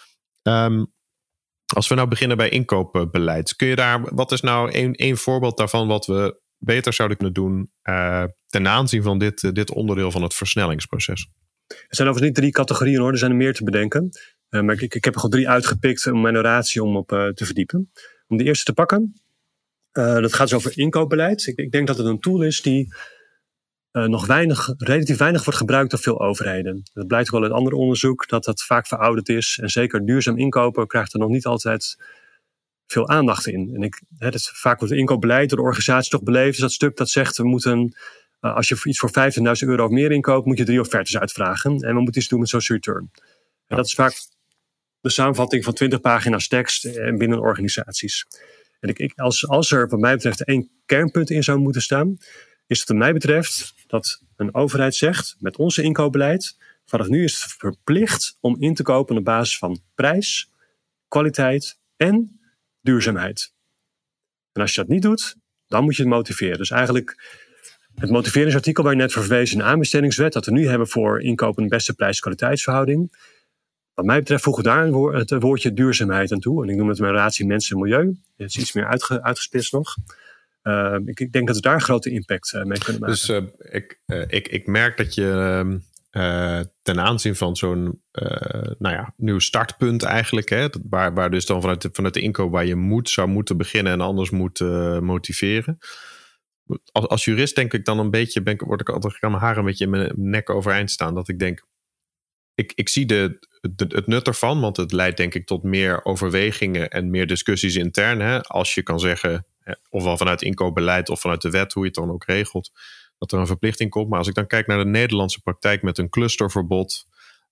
Um, als we nou beginnen bij inkoopbeleid. Kun je daar, wat is nou één voorbeeld daarvan wat we beter zouden kunnen doen uh, ten aanzien van dit, uh, dit onderdeel van het versnellingsproces? Er zijn overigens niet drie categorieën hoor, er zijn er meer te bedenken. Uh, maar ik, ik heb er gewoon drie uitgepikt om mijn narratie om op uh, te verdiepen. Om de eerste te pakken. Uh, dat gaat dus over inkoopbeleid. Ik, ik denk dat het een tool is die uh, nog weinig, relatief weinig wordt gebruikt door veel overheden. Dat blijkt ook wel uit ander onderzoek dat dat vaak verouderd is. En zeker duurzaam inkopen krijgt er nog niet altijd veel aandacht in. En ik, hè, dat vaak wordt het inkoopbeleid door de organisatie toch beleefd. Dus dat stuk dat zegt we moeten, uh, als je iets voor vijftigduizend euro of meer inkoopt, moet je drie offertes uitvragen. En we moeten iets doen met social return. En ja. Dat is vaak de samenvatting van twintig pagina's tekst binnen organisaties. En ik, ik, als, als er wat mij betreft één kernpunt in zou moeten staan, is het wat mij betreft dat een overheid zegt, met onze inkoopbeleid, vanaf nu is het verplicht om in te kopen op basis van prijs, kwaliteit en duurzaamheid. En als je dat niet doet, dan moet je het motiveren. Dus eigenlijk het motiveringsartikel waar je net voor verwees in de aanbestedingswet, dat we nu hebben voor inkopen een beste prijs-kwaliteitsverhouding. Wat mij betreft voegen we daar het woordje duurzaamheid aan toe. En ik noem het mijn relatie mensen en milieu. Het is iets meer uitge, uitgesplitst nog. Uh, ik, ik denk dat we daar grote impact uh, mee kunnen maken. Dus uh, ik, uh, ik, ik merk dat je uh, ten aanzien van zo'n uh, nou ja, nieuw startpunt eigenlijk, hè, waar, waar dus dan vanuit de, vanuit de inkoop waar je moet, zou moeten beginnen en anders moet uh, motiveren. Als, als jurist denk ik dan een beetje, ben, word ik altijd aan mijn haar een beetje in mijn nek overeind staan. Dat ik denk, ik, ik zie de, de, het nut ervan, want het leidt denk ik tot meer overwegingen en meer discussies intern. Hè, als je kan zeggen, ofwel vanuit inkoopbeleid of vanuit de wet, hoe je het dan ook regelt, dat er een verplichting komt. Maar als ik dan kijk naar de Nederlandse praktijk met een clusterverbod,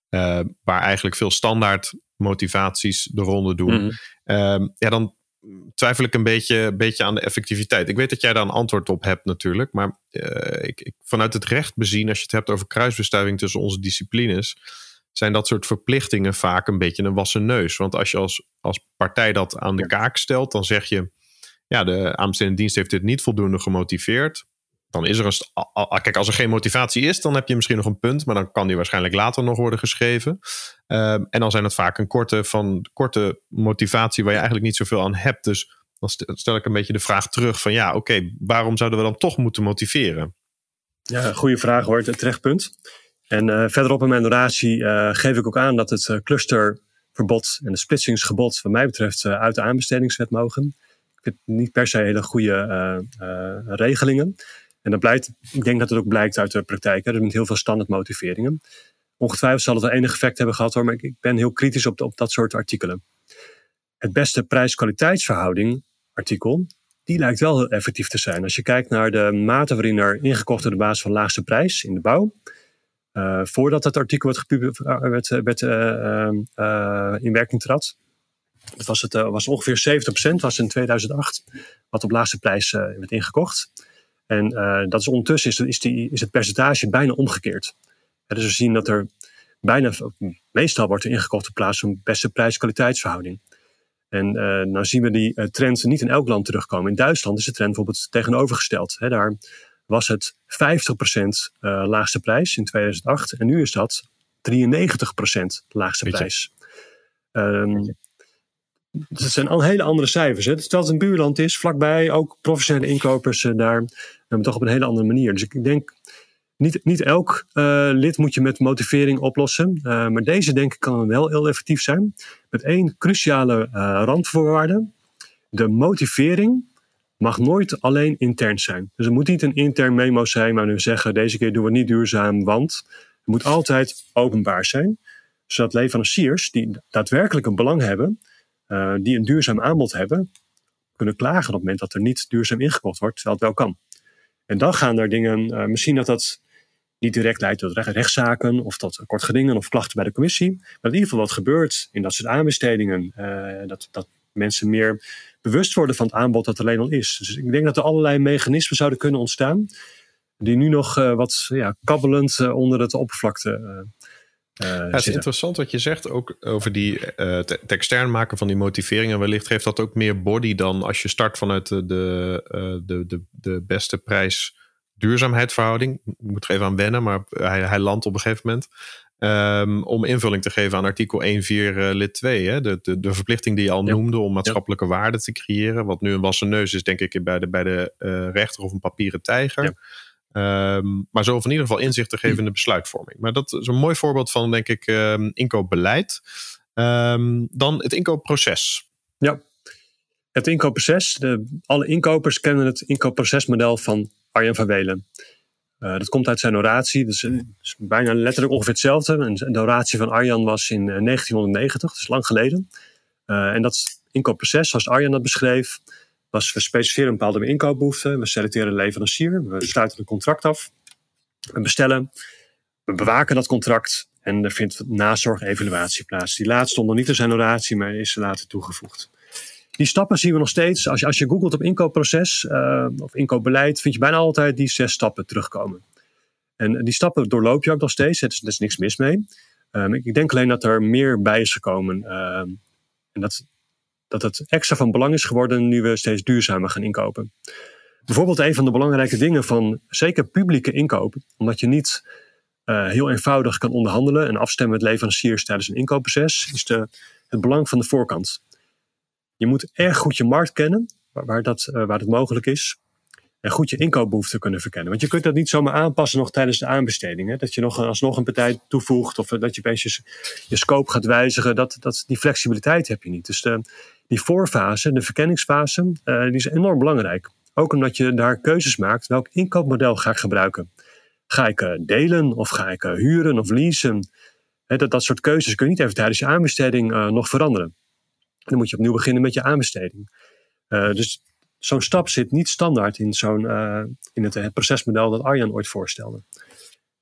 uh, waar eigenlijk veel standaard motivaties de ronde doen. Mm-hmm. Uh, ja, dan twijfel ik een beetje, beetje aan de effectiviteit. Ik weet dat jij daar een antwoord op hebt natuurlijk. Maar uh, ik, ik, vanuit het recht bezien, als je het hebt over kruisbestuiving tussen onze disciplines, zijn dat soort verplichtingen vaak een beetje een wassen neus. Want als je als, als partij dat aan de kaak stelt, dan zeg je, ja, de aanbestedende dienst heeft dit niet voldoende gemotiveerd. Dan is er een... St- Kijk, als er geen motivatie is, dan heb je misschien nog een punt, maar dan kan die waarschijnlijk later nog worden geschreven. Uh, en dan zijn het vaak een korte, van, korte motivatie waar je eigenlijk niet zoveel aan hebt. Dus dan stel ik een beetje de vraag terug van ja, oké, okay, waarom zouden we dan toch moeten motiveren? Ja, goede vraag hoor, het terecht punt. En uh, verderop in mijn oratie uh, geef ik ook aan dat het uh, clusterverbod en het splitsingsgebod wat mij betreft uh, uit de aanbestedingswet mogen. Ik vind het niet per se hele goede uh, uh, regelingen. En dat blijkt, ik denk dat het ook blijkt uit de praktijk. Hè. Er zijn heel veel standaard motiveringen. Ongetwijfeld zal het wel enig effect hebben gehad hoor, maar ik ben heel kritisch op, de, op dat soort artikelen. Het beste prijs-kwaliteitsverhouding artikel, die lijkt wel heel effectief te zijn. Als je kijkt naar de mate waarin er ingekocht wordt op basis van laagste prijs in de bouw. Uh, voordat het artikel werd, gepubli- werd, werd uh, uh, in werking trad. Dat was, het, uh, was ongeveer zeventig procent, was in tweeduizend acht, wat op laagste prijs uh, werd ingekocht. En uh, dat is ondertussen is, is, die, is het percentage bijna omgekeerd. Ja, dus we zien dat er bijna, meestal wordt er ingekocht op plaats van beste prijs-kwaliteitsverhouding. En uh, nou zien we die uh, trend niet in elk land terugkomen. In Duitsland is de trend bijvoorbeeld tegenovergesteld. Hè, daar was het vijftig procent uh, laagste prijs in tweeduizend acht. En nu is dat drieënnegentig procent laagste prijs. Um, dat zijn al hele andere cijfers. Hè. Terwijl het een buurland is, vlakbij, ook professionele inkopers uh, daar. Uh, toch op een hele andere manier. Dus ik denk, niet, niet elk uh, lid moet je met motivering oplossen. Uh, maar deze denk ik kan wel heel effectief zijn. Met één cruciale uh, randvoorwaarde. De motivering mag nooit alleen intern zijn. Dus het moet niet een intern memo zijn waar we zeggen, deze keer doen we het niet duurzaam, want het moet altijd openbaar zijn. Zodat leveranciers die daadwerkelijk een belang hebben, uh, die een duurzaam aanbod hebben, kunnen klagen op het moment dat er niet duurzaam ingekocht wordt, terwijl het wel kan. En dan gaan er dingen, uh, misschien dat dat niet direct leidt tot rechtszaken of tot kortgedingen of klachten bij de commissie. Maar in ieder geval wat gebeurt in dat soort aanbestedingen, uh, dat, dat mensen meer bewust worden van het aanbod dat er alleen al is. Dus ik denk dat er allerlei mechanismen zouden kunnen ontstaan die nu nog uh, wat ja, kabbelend uh, onder het oppervlakte uh, uh, ja, het is interessant wat je zegt ook over die uh, te, te extern maken van die motiveringen. Wellicht geeft dat ook meer body dan als je start vanuit de, de, uh, de, de, de beste prijs duurzaamheidsverhouding. Ik moet er even aan wennen, maar hij, hij landt op een gegeven moment. Um, om invulling te geven aan artikel één vier uh, lid twee. Hè? De, de, de verplichting die je al ja. noemde om maatschappelijke ja. waarde te creëren. Wat nu een wassen neus is, denk ik, bij de, bij de uh, rechter of een papieren tijger. Ja. Um, maar zo of in ieder geval inzicht te geven in de besluitvorming. Maar dat is een mooi voorbeeld van, denk ik, um, inkoopbeleid. Um, dan het inkoopproces. Ja, het inkoopproces. De, alle inkopers kennen het inkoopprocesmodel van Arjan van Welen. Uh, dat komt uit zijn oratie. Dat is, uh, is bijna letterlijk ongeveer hetzelfde. En de oratie van Arjan was in uh, negentienhonderdnegentig, dat is lang geleden. Uh, en dat inkoopproces, zoals Arjan dat beschreef, was we specificeren een bepaalde inkoopbehoefte. We selecteren een leverancier. We sluiten een contract af. We bestellen. We bewaken dat contract. En er vindt nazorg en evaluatie plaats. Die laatste stond nog niet in zijn oratie, maar is later toegevoegd. Die stappen zien we nog steeds. Als je, als je googelt op inkoopproces uh, of inkoopbeleid, vind je bijna altijd die zes stappen terugkomen. En die stappen doorloop je ook nog steeds. Er is, er is niks mis mee. Um, ik denk alleen dat er meer bij is gekomen. Um, en dat, dat het extra van belang is geworden nu we steeds duurzamer gaan inkopen. Bijvoorbeeld een van de belangrijke dingen van zeker publieke inkopen. Omdat je niet uh, heel eenvoudig kan onderhandelen en afstemmen met leveranciers tijdens een inkoopproces. Is de, het belang van de voorkant. Je moet erg goed je markt kennen, waar, waar, dat, uh, waar dat mogelijk is. En goed je inkoopbehoeften kunnen verkennen. Want je kunt dat niet zomaar aanpassen nog tijdens de aanbesteding. Hè? Dat je nog alsnog een partij toevoegt of dat je opeens je, je scope gaat wijzigen. Dat, dat, die flexibiliteit heb je niet. Dus de, die voorfase, de verkenningsfase, uh, die is enorm belangrijk. Ook omdat je daar keuzes maakt. Welk inkoopmodel ga ik gebruiken? Ga ik uh, delen of ga ik uh, huren of leasen? Hè, dat, dat soort keuzes kun je niet even tijdens je aanbesteding uh, nog veranderen. Dan moet je opnieuw beginnen met je aanbesteding. Uh, dus zo'n stap zit niet standaard in, zo'n, uh, in het, het procesmodel dat Arjan ooit voorstelde.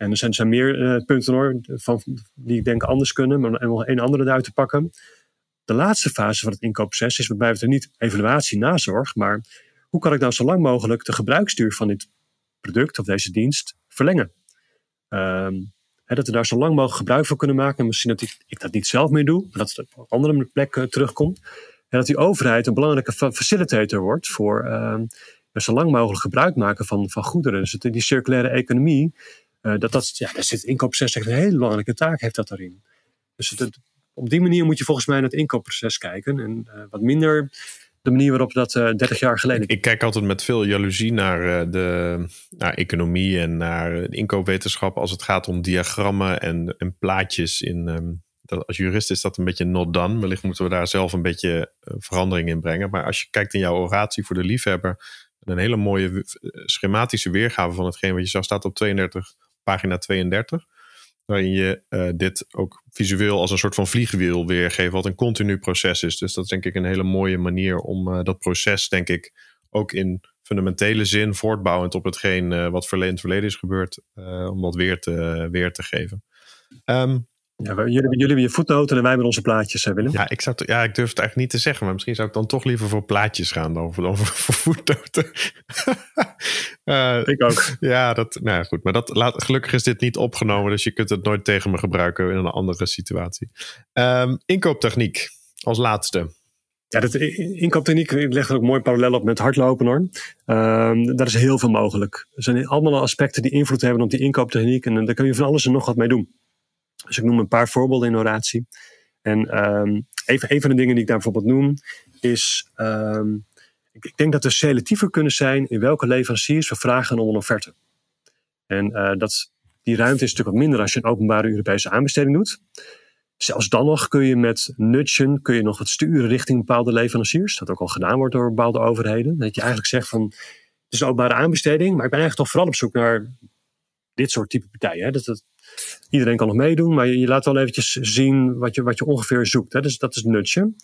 En er zijn, er zijn meer uh, punten hoor, van, die ik denk anders kunnen, maar om nog één andere eruit te pakken. De laatste fase van het inkoopproces is wat mij betreft niet evaluatie, nazorg, maar hoe kan ik nou zo lang mogelijk de gebruiksduur van dit product of deze dienst verlengen? Um, he, dat we daar zo lang mogelijk gebruik van kunnen maken. En misschien dat ik, ik dat niet zelf meer doe, maar dat het op een andere plek uh, terugkomt. En dat die overheid een belangrijke facilitator wordt voor uh, zo lang mogelijk gebruik maken van, van goederen. Dus die circulaire economie, uh, dat, dat, ja, daar zit het inkoopproces echt een hele belangrijke taak heeft dat daarin. Dus het, het, op die manier moet je volgens mij naar het inkoopproces kijken. En uh, wat minder de manier waarop dat uh, dertig jaar geleden... Ik, ik kijk altijd met veel jaloezie naar uh, de naar economie en naar de inkoopwetenschap als het gaat om diagrammen en, en plaatjes. In, um, dat, als jurist is dat een beetje not done. Wellicht moeten we daar zelf een beetje uh, verandering in brengen. Maar als je kijkt in jouw oratie voor de liefhebber, een hele mooie uh, schematische weergave van hetgeen wat je zag staat op tweeëndertig, pagina tweeëndertig. Waarin je uh, dit ook visueel als een soort van vliegwiel weergeeft, wat een continu proces is. Dus dat is denk ik een hele mooie manier om uh, dat proces, denk ik, ook in fundamentele zin, voortbouwend op hetgeen uh, wat in het verleden is gebeurd, uh, om dat weer te, uh, weer te geven. Um, ja, jullie, jullie hebben je voetnoten en wij hebben onze plaatjes, hè Willem? Ja, ik zou t- ja, ik durf het eigenlijk niet te zeggen, maar misschien zou ik dan toch liever voor plaatjes gaan dan voor, dan voor, voor voetnoten. uh, ik ook. Ja, dat, nou ja, goed. Maar dat, laat, gelukkig is dit niet opgenomen, dus je kunt het nooit tegen me gebruiken in een andere situatie. Um, inkooptechniek als laatste. Ja, dat inkooptechniek legt er ook mooi parallel op met hardlopen hoor. Um, daar is heel veel mogelijk. Er zijn allemaal aspecten die invloed hebben op die inkooptechniek en daar kun je van alles en nog wat mee doen. Dus ik noem een paar voorbeelden in oratie. En um, even een van de dingen die ik daar bijvoorbeeld noem is, um, ik, ik denk dat we selectiever kunnen zijn in welke leveranciers we vragen om een offerte. En uh, dat, die ruimte is natuurlijk wat minder als je een openbare Europese aanbesteding doet. Zelfs dan nog kun je met nudgen, kun je nog wat sturen richting bepaalde leveranciers. Dat ook al gedaan wordt door bepaalde overheden. Dat je eigenlijk zegt van, het is een openbare aanbesteding, maar ik ben eigenlijk toch vooral op zoek naar dit soort type partijen. Hè. Dat, dat, iedereen kan nog meedoen, maar je, je laat wel eventjes zien wat je, wat je ongeveer zoekt. Hè. Dus dat is nudgen.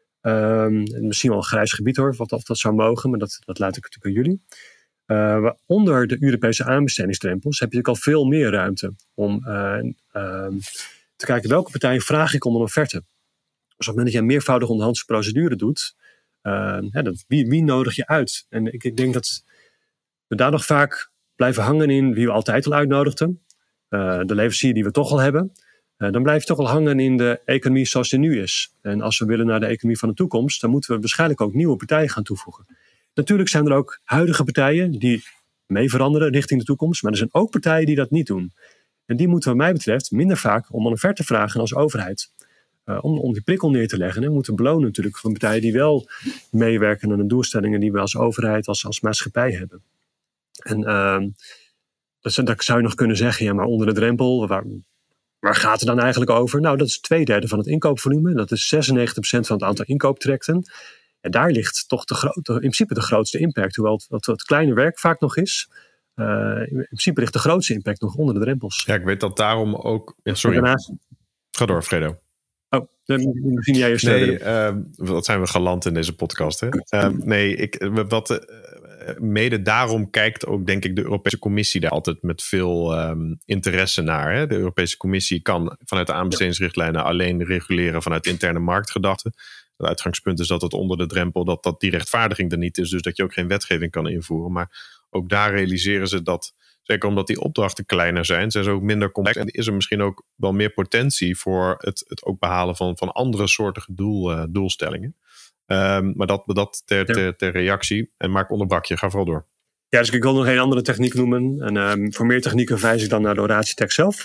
Um, misschien wel een grijs gebied hoor, of, of dat zou mogen, maar dat, dat laat ik natuurlijk aan jullie. Uh, onder de Europese aanbestedingsdrempels heb je natuurlijk al veel meer ruimte om uh, uh, te kijken welke partijen vraag ik om een offerte. Dus op het moment dat je een meervoudige onderhandse procedure doet, uh, ja, dat, wie, wie nodig je uit? En ik, ik denk dat we daar nog vaak blijven hangen in wie we altijd al uitnodigden. Uh, de leverancier die we toch al hebben. Uh, dan blijf je toch al hangen in de economie zoals die nu is. En als we willen naar de economie van de toekomst, dan moeten we waarschijnlijk ook nieuwe partijen gaan toevoegen. Natuurlijk zijn er ook huidige partijen die mee veranderen richting de toekomst. Maar er zijn ook partijen die dat niet doen. En die moeten wat mij betreft minder vaak om een offerte vragen als overheid. Uh, om, om die prikkel neer te leggen. En we moeten belonen natuurlijk van partijen die wel meewerken aan de doelstellingen die we als overheid, als, als maatschappij hebben. En uh, dat, dat zou je nog kunnen zeggen, ja, maar onder de drempel, waar, waar gaat het dan eigenlijk over? Nou, dat is twee derde van het inkoopvolume. Dat is zesennegentig procent van het aantal inkooptrajecten. En daar ligt toch de grote, in principe de grootste impact. Hoewel het, het, het kleine werk vaak nog is. Uh, in principe ligt de grootste impact nog onder de drempels. Ja, ik weet dat daarom ook... Ja, sorry. Daarnaast... Ga door, Fredo. Oh, misschien jij eerst. Nee, uh, wat zijn we galant in deze podcast, hè? Uh, nee, ik, wat, uh, mede daarom kijkt ook, denk ik, de Europese Commissie daar altijd met veel um, interesse naar. Hè? De Europese Commissie kan vanuit de aanbestedingsrichtlijnen alleen reguleren vanuit interne marktgedachten. Het uitgangspunt is dat het onder de drempel, dat, dat die rechtvaardiging er niet is. Dus dat je ook geen wetgeving kan invoeren. Maar ook daar realiseren ze dat, zeker omdat die opdrachten kleiner zijn, zijn ze ook minder complex. En is er misschien ook wel meer potentie voor het, het ook behalen van, van andere soortige doel, uh, doelstellingen. Um, maar dat, dat ter, ter, ter reactie. En Mark onderbrak je, ga vooral door. Ja, dus ik wil nog een andere techniek noemen. En um, voor meer technieken verwijs ik dan naar de oratietekst zelf.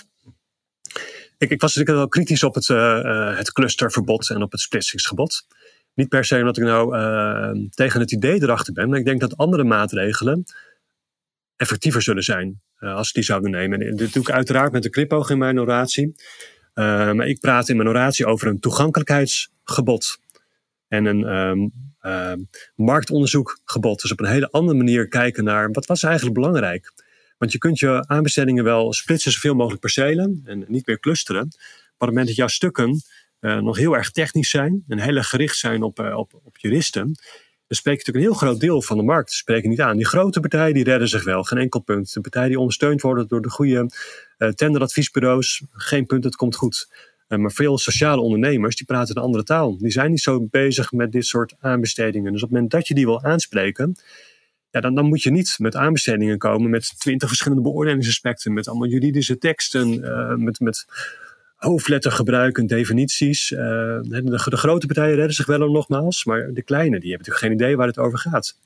Ik, ik was natuurlijk wel kritisch op het, uh, uh, het clusterverbod en op het splitsingsgebod. Niet per se omdat ik nou uh, tegen het idee erachter ben. Maar ik denk dat andere maatregelen effectiever zullen zijn uh, als ze die zouden nemen. En dit doe ik uiteraard met de knipoog in mijn oratie. Uh, maar ik praat in mijn oratie over een toegankelijkheidsgebod. En een um, uh, marktonderzoekgebod. Dus op een hele andere manier kijken naar wat was eigenlijk belangrijk. Want je kunt je aanbestedingen wel splitsen zoveel mogelijk percelen. En niet meer clusteren. Maar op het moment dat jouw stukken uh, nog heel erg technisch zijn. En heel erg gericht zijn op, uh, op, op juristen. dan spreek je natuurlijk een heel groot deel van de markt spreken niet aan. Die grote partijen die redden zich wel, geen enkel punt. De partijen die ondersteund worden door de goede uh, tenderadviesbureaus, geen punt, het komt goed. Uh, maar veel sociale ondernemers die praten een andere taal. Die zijn niet zo bezig met dit soort aanbestedingen. Dus op het moment dat je die wil aanspreken, ja, dan, dan moet je niet met aanbestedingen komen met twintig verschillende beoordelingsaspecten, met allemaal juridische teksten, uh, met, met hoofdlettergebruik en definities. Uh, de, de grote partijen redden zich wel nogmaals, maar de kleine die hebben natuurlijk geen idee waar het over gaat.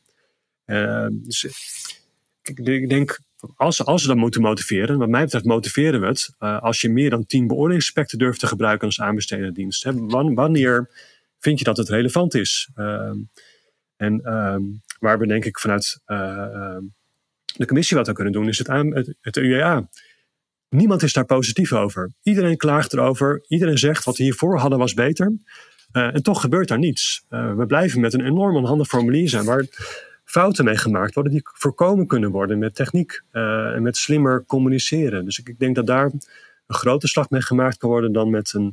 Uh, dus ik, ik denk, als, als we dat moeten motiveren, wat mij betreft motiveren we het, uh, als je meer dan tien beoordelingsaspecten durft te gebruiken als aanbestedende dienst. Hè, wanneer vind je dat het relevant is? Uh, en uh, waar we denk ik vanuit uh, uh, de commissie wat aan kunnen doen, is het, aan, het, het U E A. Niemand is daar positief over. Iedereen klaagt erover. Iedereen zegt wat we hiervoor hadden was beter. Uh, en toch gebeurt daar niets. Uh, we blijven met een enorm onhandig formulier zijn waar fouten mee gemaakt worden die voorkomen kunnen worden met techniek uh, en met slimmer communiceren. Dus ik, ik denk dat daar een grote slag mee gemaakt kan worden dan met een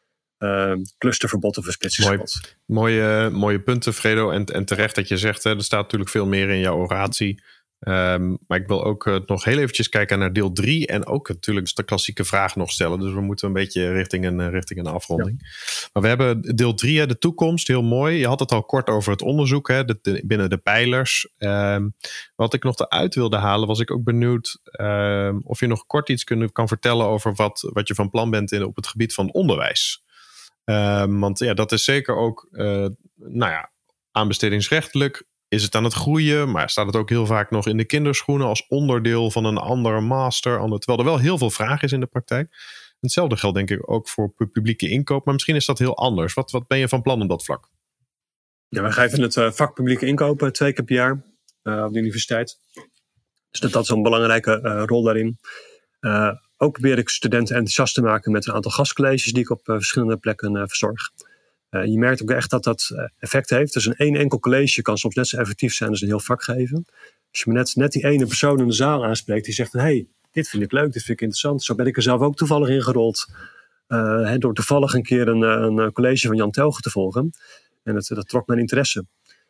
uh, clusterverbod of een splitsingsverbod. Mooi, mooie, mooie punten, Fredo. En, en terecht dat je zegt, hè, er staat natuurlijk veel meer in jouw oratie. Um, maar ik wil ook uh, nog heel eventjes kijken naar deel drie. En ook natuurlijk de klassieke vraag nog stellen. Dus we moeten een beetje richting een, richting een afronding. Ja. Maar we hebben deel drie, hè, de toekomst. Heel mooi. Je had het al kort over het onderzoek, hè, de, de, binnen de pijlers. Um, wat ik nog eruit wilde halen, was ik ook benieuwd um, of je nog kort iets kun, kan vertellen over wat, wat je van plan bent in, op het gebied van onderwijs. Um, want ja, dat is zeker ook uh, nou ja, aanbestedingsrechtelijk. Is het aan het groeien, maar staat het ook heel vaak nog in de kinderschoenen als onderdeel van een andere master? Terwijl er wel heel veel vraag is in de praktijk. Hetzelfde geldt denk ik ook voor publieke inkoop, maar misschien is dat heel anders. Wat, wat ben je van plan op dat vlak? Ja, wij geven het uh, vak publieke inkopen twee keer per jaar uh, op de universiteit. Dus dat, dat is een belangrijke uh, rol daarin. Uh, ook probeer ik studenten enthousiast te maken met een aantal gastcolleges die ik op uh, verschillende plekken uh, verzorg. Uh, je merkt ook echt dat dat uh, effect heeft. Dus een één enkel college kan soms net zo effectief zijn als een heel vak geven. Als je me net, net die ene persoon in de zaal aanspreekt die zegt, hey, dit vind ik leuk, dit vind ik interessant. Zo ben ik er zelf ook toevallig in gerold. Uh, he, door toevallig een keer een, een college van Jan Telge te volgen. En dat, dat trok mijn interesse.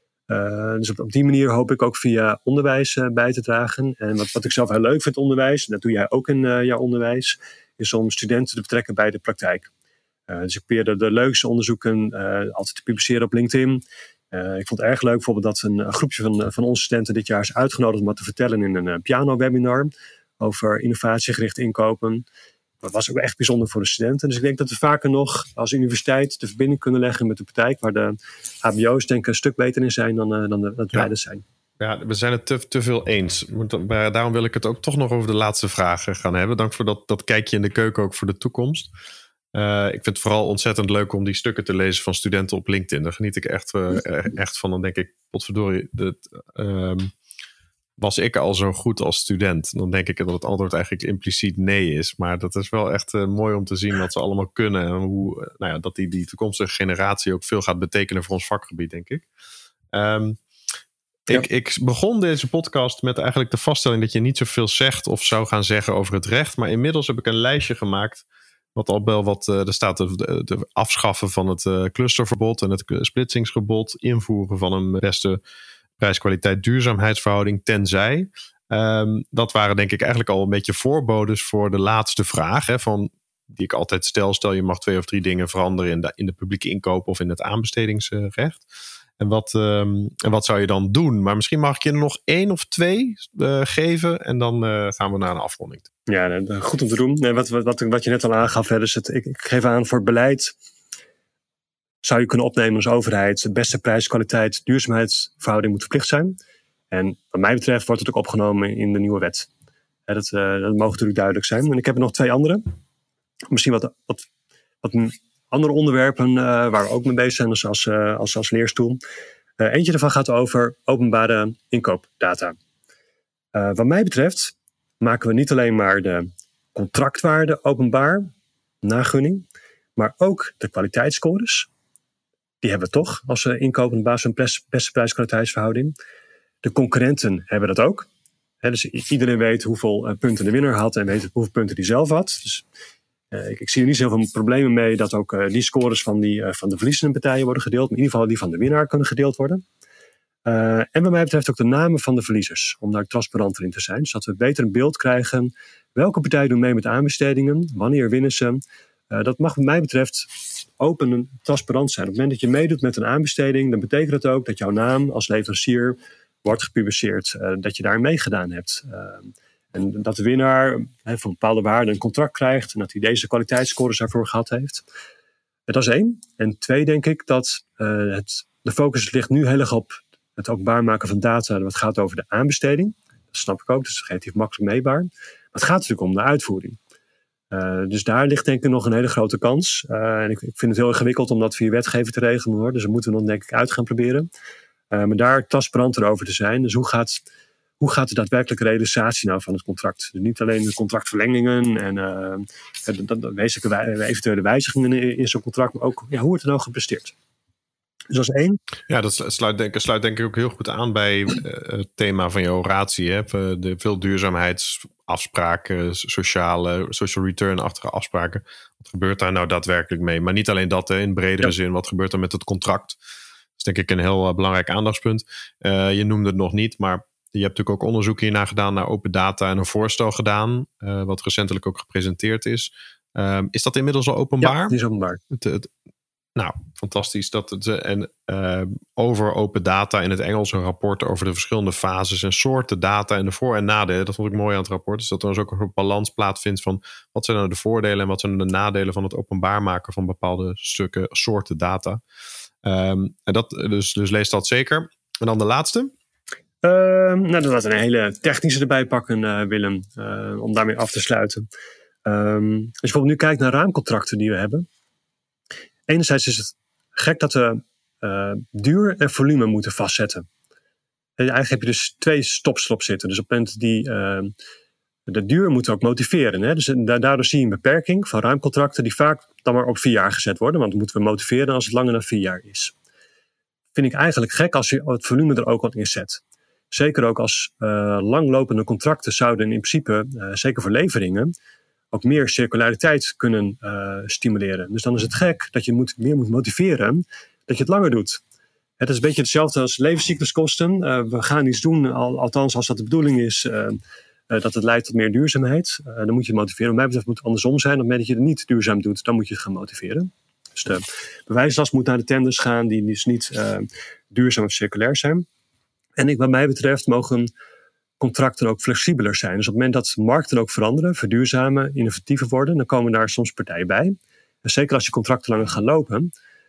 Uh, dus op, op die manier hoop ik ook via onderwijs uh, bij te dragen. En wat, wat ik zelf heel leuk vind onderwijs, en dat doe jij ook in uh, jouw onderwijs, is om studenten te betrekken bij de praktijk. Uh, dus ik probeer de, de leukste onderzoeken uh, altijd te publiceren op LinkedIn. Uh, ik vond het erg leuk bijvoorbeeld dat een, een groepje van, van onze studenten dit jaar is uitgenodigd om wat te vertellen in een uh, piano-webinar over innovatiegericht inkopen. Dat was ook echt bijzonder voor de studenten. Dus ik denk dat we vaker nog als universiteit de verbinding kunnen leggen met de praktijk, waar de H B O's denk ik een stuk beter in zijn dan, uh, dan de, dat wij ja. zijn. Ja, we zijn het te, te veel eens. Maar daarom wil ik het ook toch nog over de laatste vragen gaan hebben. Dank voor dat, dat kijkje in de keuken ook voor de toekomst. Uh, ik vind het vooral ontzettend leuk om die stukken te lezen van studenten op LinkedIn. Daar geniet ik echt, uh, echt van. Dan denk ik, potverdorie, dat, uh, was ik al zo goed als student? Dan denk ik dat het antwoord eigenlijk impliciet nee is. Maar dat is wel echt uh, mooi om te zien wat ze allemaal kunnen. En hoe, uh, nou ja, dat die, die toekomstige generatie ook veel gaat betekenen voor ons vakgebied, denk ik. Um, ja. ik, ik begon deze podcast met eigenlijk de vaststelling dat je niet zoveel zegt of zou gaan zeggen over het recht. Maar inmiddels heb ik een lijstje gemaakt. Wat al wel wat, uh, er staat de, de, de afschaffen van het uh, clusterverbod en het splitsingsgebod. Invoeren van een beste prijs-kwaliteit duurzaamheidsverhouding tenzij. Um, dat waren denk ik eigenlijk al een beetje voorbodes voor de laatste vraag. Hè, van, die ik altijd stel. Stel je mag twee of drie dingen veranderen in de, in de publieke inkoop of in het aanbestedingsrecht. En wat, um, en wat zou je dan doen? Maar misschien mag ik je er nog één of twee uh, geven. En dan uh, gaan we naar een afronding. Ja, goed om te doen. Nee, wat, wat, wat je net al aangaf. Hè, dus het, ik, ik geef aan voor het beleid. Zou je kunnen opnemen als overheid. De beste prijs, kwaliteit, duurzaamheidsverhouding moet verplicht zijn. En wat mij betreft wordt het ook opgenomen in de nieuwe wet. Ja, dat, uh, dat mogen natuurlijk duidelijk zijn. En ik heb er nog twee andere. Misschien wat, wat, wat andere onderwerpen uh, waar we ook mee bezig zijn als, als, uh, als, als leerstoel. Uh, eentje daarvan gaat over openbare inkoopdata. Uh, wat mij betreft maken we niet alleen maar de contractwaarde openbaar, nagunning, maar ook de kwaliteitsscores. Die hebben we toch als we inkopen op basis van een beste prijs-kwaliteitsverhouding. De concurrenten hebben dat ook. He, dus iedereen weet hoeveel uh, punten de winnaar had en weet hoeveel punten die zelf had. Dus uh, ik, ik zie er niet zoveel problemen mee dat ook uh, die scores van, die, uh, van de verliezende partijen worden gedeeld. Maar in ieder geval die van de winnaar kunnen gedeeld worden. Uh, en wat mij betreft ook de namen van de verliezers. Om daar transparanter in te zijn. Zodat we beter een beeld krijgen. Welke partijen doen mee met aanbestedingen? Wanneer winnen ze? Uh, dat mag wat mij betreft open en transparant zijn. Op het moment dat je meedoet met een aanbesteding. Dan betekent dat ook dat jouw naam als leverancier wordt gepubliceerd. Uh, dat je daar meegedaan hebt. Uh, en dat de winnaar he, van bepaalde waarde een contract krijgt. En dat hij deze kwaliteitsscores daarvoor gehad heeft. Dat is één. En twee denk ik dat uh, het, de focus ligt nu heel erg op het openbaar maken van data wat gaat over de aanbesteding. Dat snap ik ook, dus dat is relatief makkelijk meetbaar. Maar het gaat natuurlijk om de uitvoering. Uh, dus daar ligt denk ik nog een hele grote kans. Uh, en ik, ik vind het heel ingewikkeld om dat via wetgeving te regelen. Hoor. Dus daar moeten we dan denk ik uit gaan proberen. Uh, maar daar transparanter over te zijn. Dus hoe gaat, hoe gaat de daadwerkelijke realisatie nou van het contract? Dus niet alleen de contractverlengingen en uh, de, de, de wezenlijke eventuele wijzigingen in, in zo'n contract. Maar ook ja, hoe wordt er nou gepresteerd? Dus dat is één. Ja, dat sluit denk, sluit denk ik ook heel goed aan bij uh, het thema van je oratie. Hè? De veel duurzaamheidsafspraken, sociale, social return-achtige afspraken. Wat gebeurt daar nou daadwerkelijk mee? Maar niet alleen dat, hè, in bredere ja. zin. Wat gebeurt er met het contract? Dat is denk ik een heel uh, belangrijk aandachtspunt. Uh, je noemde het nog niet, maar je hebt natuurlijk ook onderzoek hierna gedaan naar open data en een voorstel gedaan. Uh, wat recentelijk ook gepresenteerd is. Uh, is dat inmiddels al openbaar? Ja, die is openbaar. Het, het, Nou, fantastisch. Dat het, en uh, over open data in het Engels een rapport over de verschillende fases en soorten data en de voor- en nadelen. Dat vond ik mooi aan het rapport. Dus dat er dus ook een balans plaatsvindt van wat zijn nou de voordelen en wat zijn de nadelen van het openbaar maken van bepaalde stukken, soorten data. Um, en dat, dus, dus lees dat zeker. En dan de laatste. Uh, nou, dan laten we een hele technische erbij pakken, uh, Willem, uh, om daarmee af te sluiten. Um, als je bijvoorbeeld nu kijkt naar raamcontracten die we hebben. Enerzijds is het gek dat we uh, duur en volume moeten vastzetten. En eigenlijk heb je dus twee stops erop zitten. Dus op het moment die uh, de duur moeten we ook motiveren. Hè? Dus daardoor zie je een beperking van ruimcontracten die vaak dan maar op vier jaar gezet worden. Want dan moeten we motiveren als het langer dan vier jaar is. Vind ik eigenlijk gek als je het volume er ook wat in zet. Zeker ook als uh, langlopende contracten zouden in principe, uh, zeker voor leveringen, ook meer circulariteit kunnen uh, stimuleren. Dus dan is het gek dat je moet, meer moet motiveren dat je het langer doet. Het is een beetje hetzelfde als levenscycluskosten. Uh, we gaan iets doen, al, althans als dat de bedoeling is, uh, uh, dat het leidt tot meer duurzaamheid. Uh, dan moet je het motiveren. Wat mij betreft moet het andersom zijn. Op het moment dat je het niet duurzaam doet, dan moet je het gaan motiveren. Dus de bewijslast moet naar de tenders gaan die dus niet uh, duurzaam of circulair zijn. En ik, wat mij betreft mogen contracten ook flexibeler zijn. Dus op het moment dat markten ook veranderen, verduurzamen, innovatiever worden, dan komen daar soms partijen bij. En zeker als je contracten langer gaan lopen.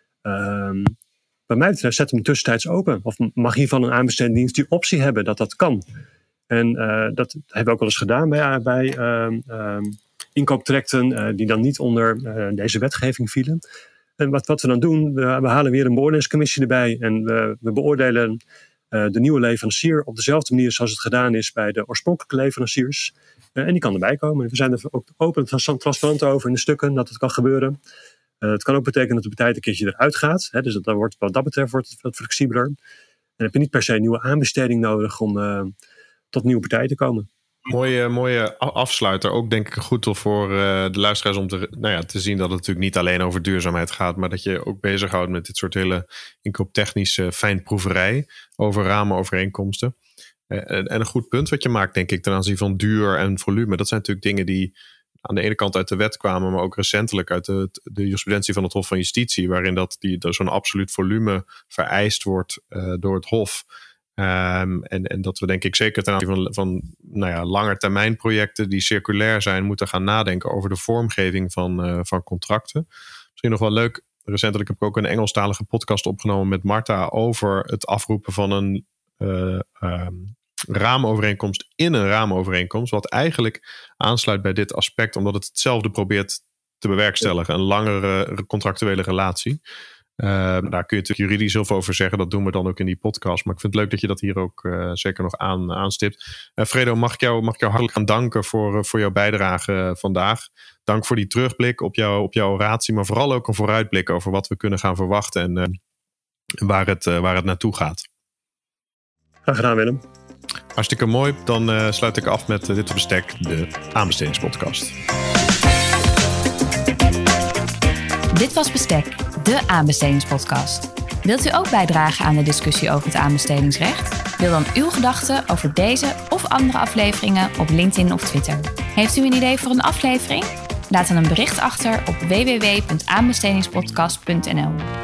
Um, Bij mij betreft zet hem tussentijds open. Of mag hiervan een aanbestedingsdienst die optie hebben dat dat kan. En uh, dat hebben we ook wel eens gedaan bij, bij uh, uh, inkooptrajecten uh, die dan niet onder uh, deze wetgeving vielen. En wat, wat we dan doen, we, we halen weer een beoordelingscommissie erbij. En we, we beoordelen uh, de nieuwe leverancier op dezelfde manier zoals het gedaan is bij de oorspronkelijke leveranciers. Uh, en die kan erbij komen. We zijn er ook open en transparant over in de stukken dat het kan gebeuren. Uh, het kan ook betekenen dat de partij een keertje eruit gaat. Hè, dus dat, dat wordt, wat dat betreft wordt het wat flexibeler. En dan heb je niet per se een nieuwe aanbesteding nodig om uh, tot nieuwe partijen te komen. Mooie, mooie afsluiter. Ook denk ik goed voor uh, de luisteraars om te, nou ja, te zien dat het natuurlijk niet alleen over duurzaamheid gaat, maar dat je ook bezighoudt met dit soort hele inkooptechnische fijnproeverij over ramenovereenkomsten. Uh, en een goed punt wat je maakt, denk ik, ten aanzien van duur en volume. Dat zijn natuurlijk dingen die aan de ene kant uit de wet kwamen, maar ook recentelijk uit de, de jurisprudentie van het Hof van Justitie, waarin dat die, dat zo'n absoluut volume vereist wordt uh, door het Hof. Um, en, en dat we denk ik zeker ten aanzien van, van nou ja, langetermijnprojecten die circulair zijn, moeten gaan nadenken over de vormgeving van, uh, van contracten. Misschien nog wel leuk, recentelijk heb ik ook een Engelstalige podcast opgenomen met Marta over het afroepen van een uh, um, raamovereenkomst in een raamovereenkomst, wat eigenlijk aansluit bij dit aspect, omdat het hetzelfde probeert te bewerkstelligen, een langere contractuele relatie. Uh, daar kun je natuurlijk juridisch heel veel over zeggen, dat doen we dan ook in die podcast, maar ik vind het leuk dat je dat hier ook uh, zeker nog aan, aanstipt. Uh, Fredo, mag ik jou, mag ik jou hartelijk gaan danken voor, uh, voor jouw bijdrage uh, vandaag. Dank voor die terugblik op, jou, op jouw oratie, maar vooral ook een vooruitblik over wat we kunnen gaan verwachten en uh, waar, het, uh, waar het naartoe gaat. Graag gedaan, Willem. Hartstikke mooi. Dan uh, sluit ik af met uh, dit bestek, de aanbestedingspodcast. Dit was Bestek, de aanbestedingspodcast. Wilt u ook bijdragen aan de discussie over het aanbestedingsrecht? Deel dan uw gedachten over deze of andere afleveringen op LinkedIn of Twitter. Heeft u een idee voor een aflevering? Laat dan een bericht achter op w w w punt aanbestedingspodcast punt n l.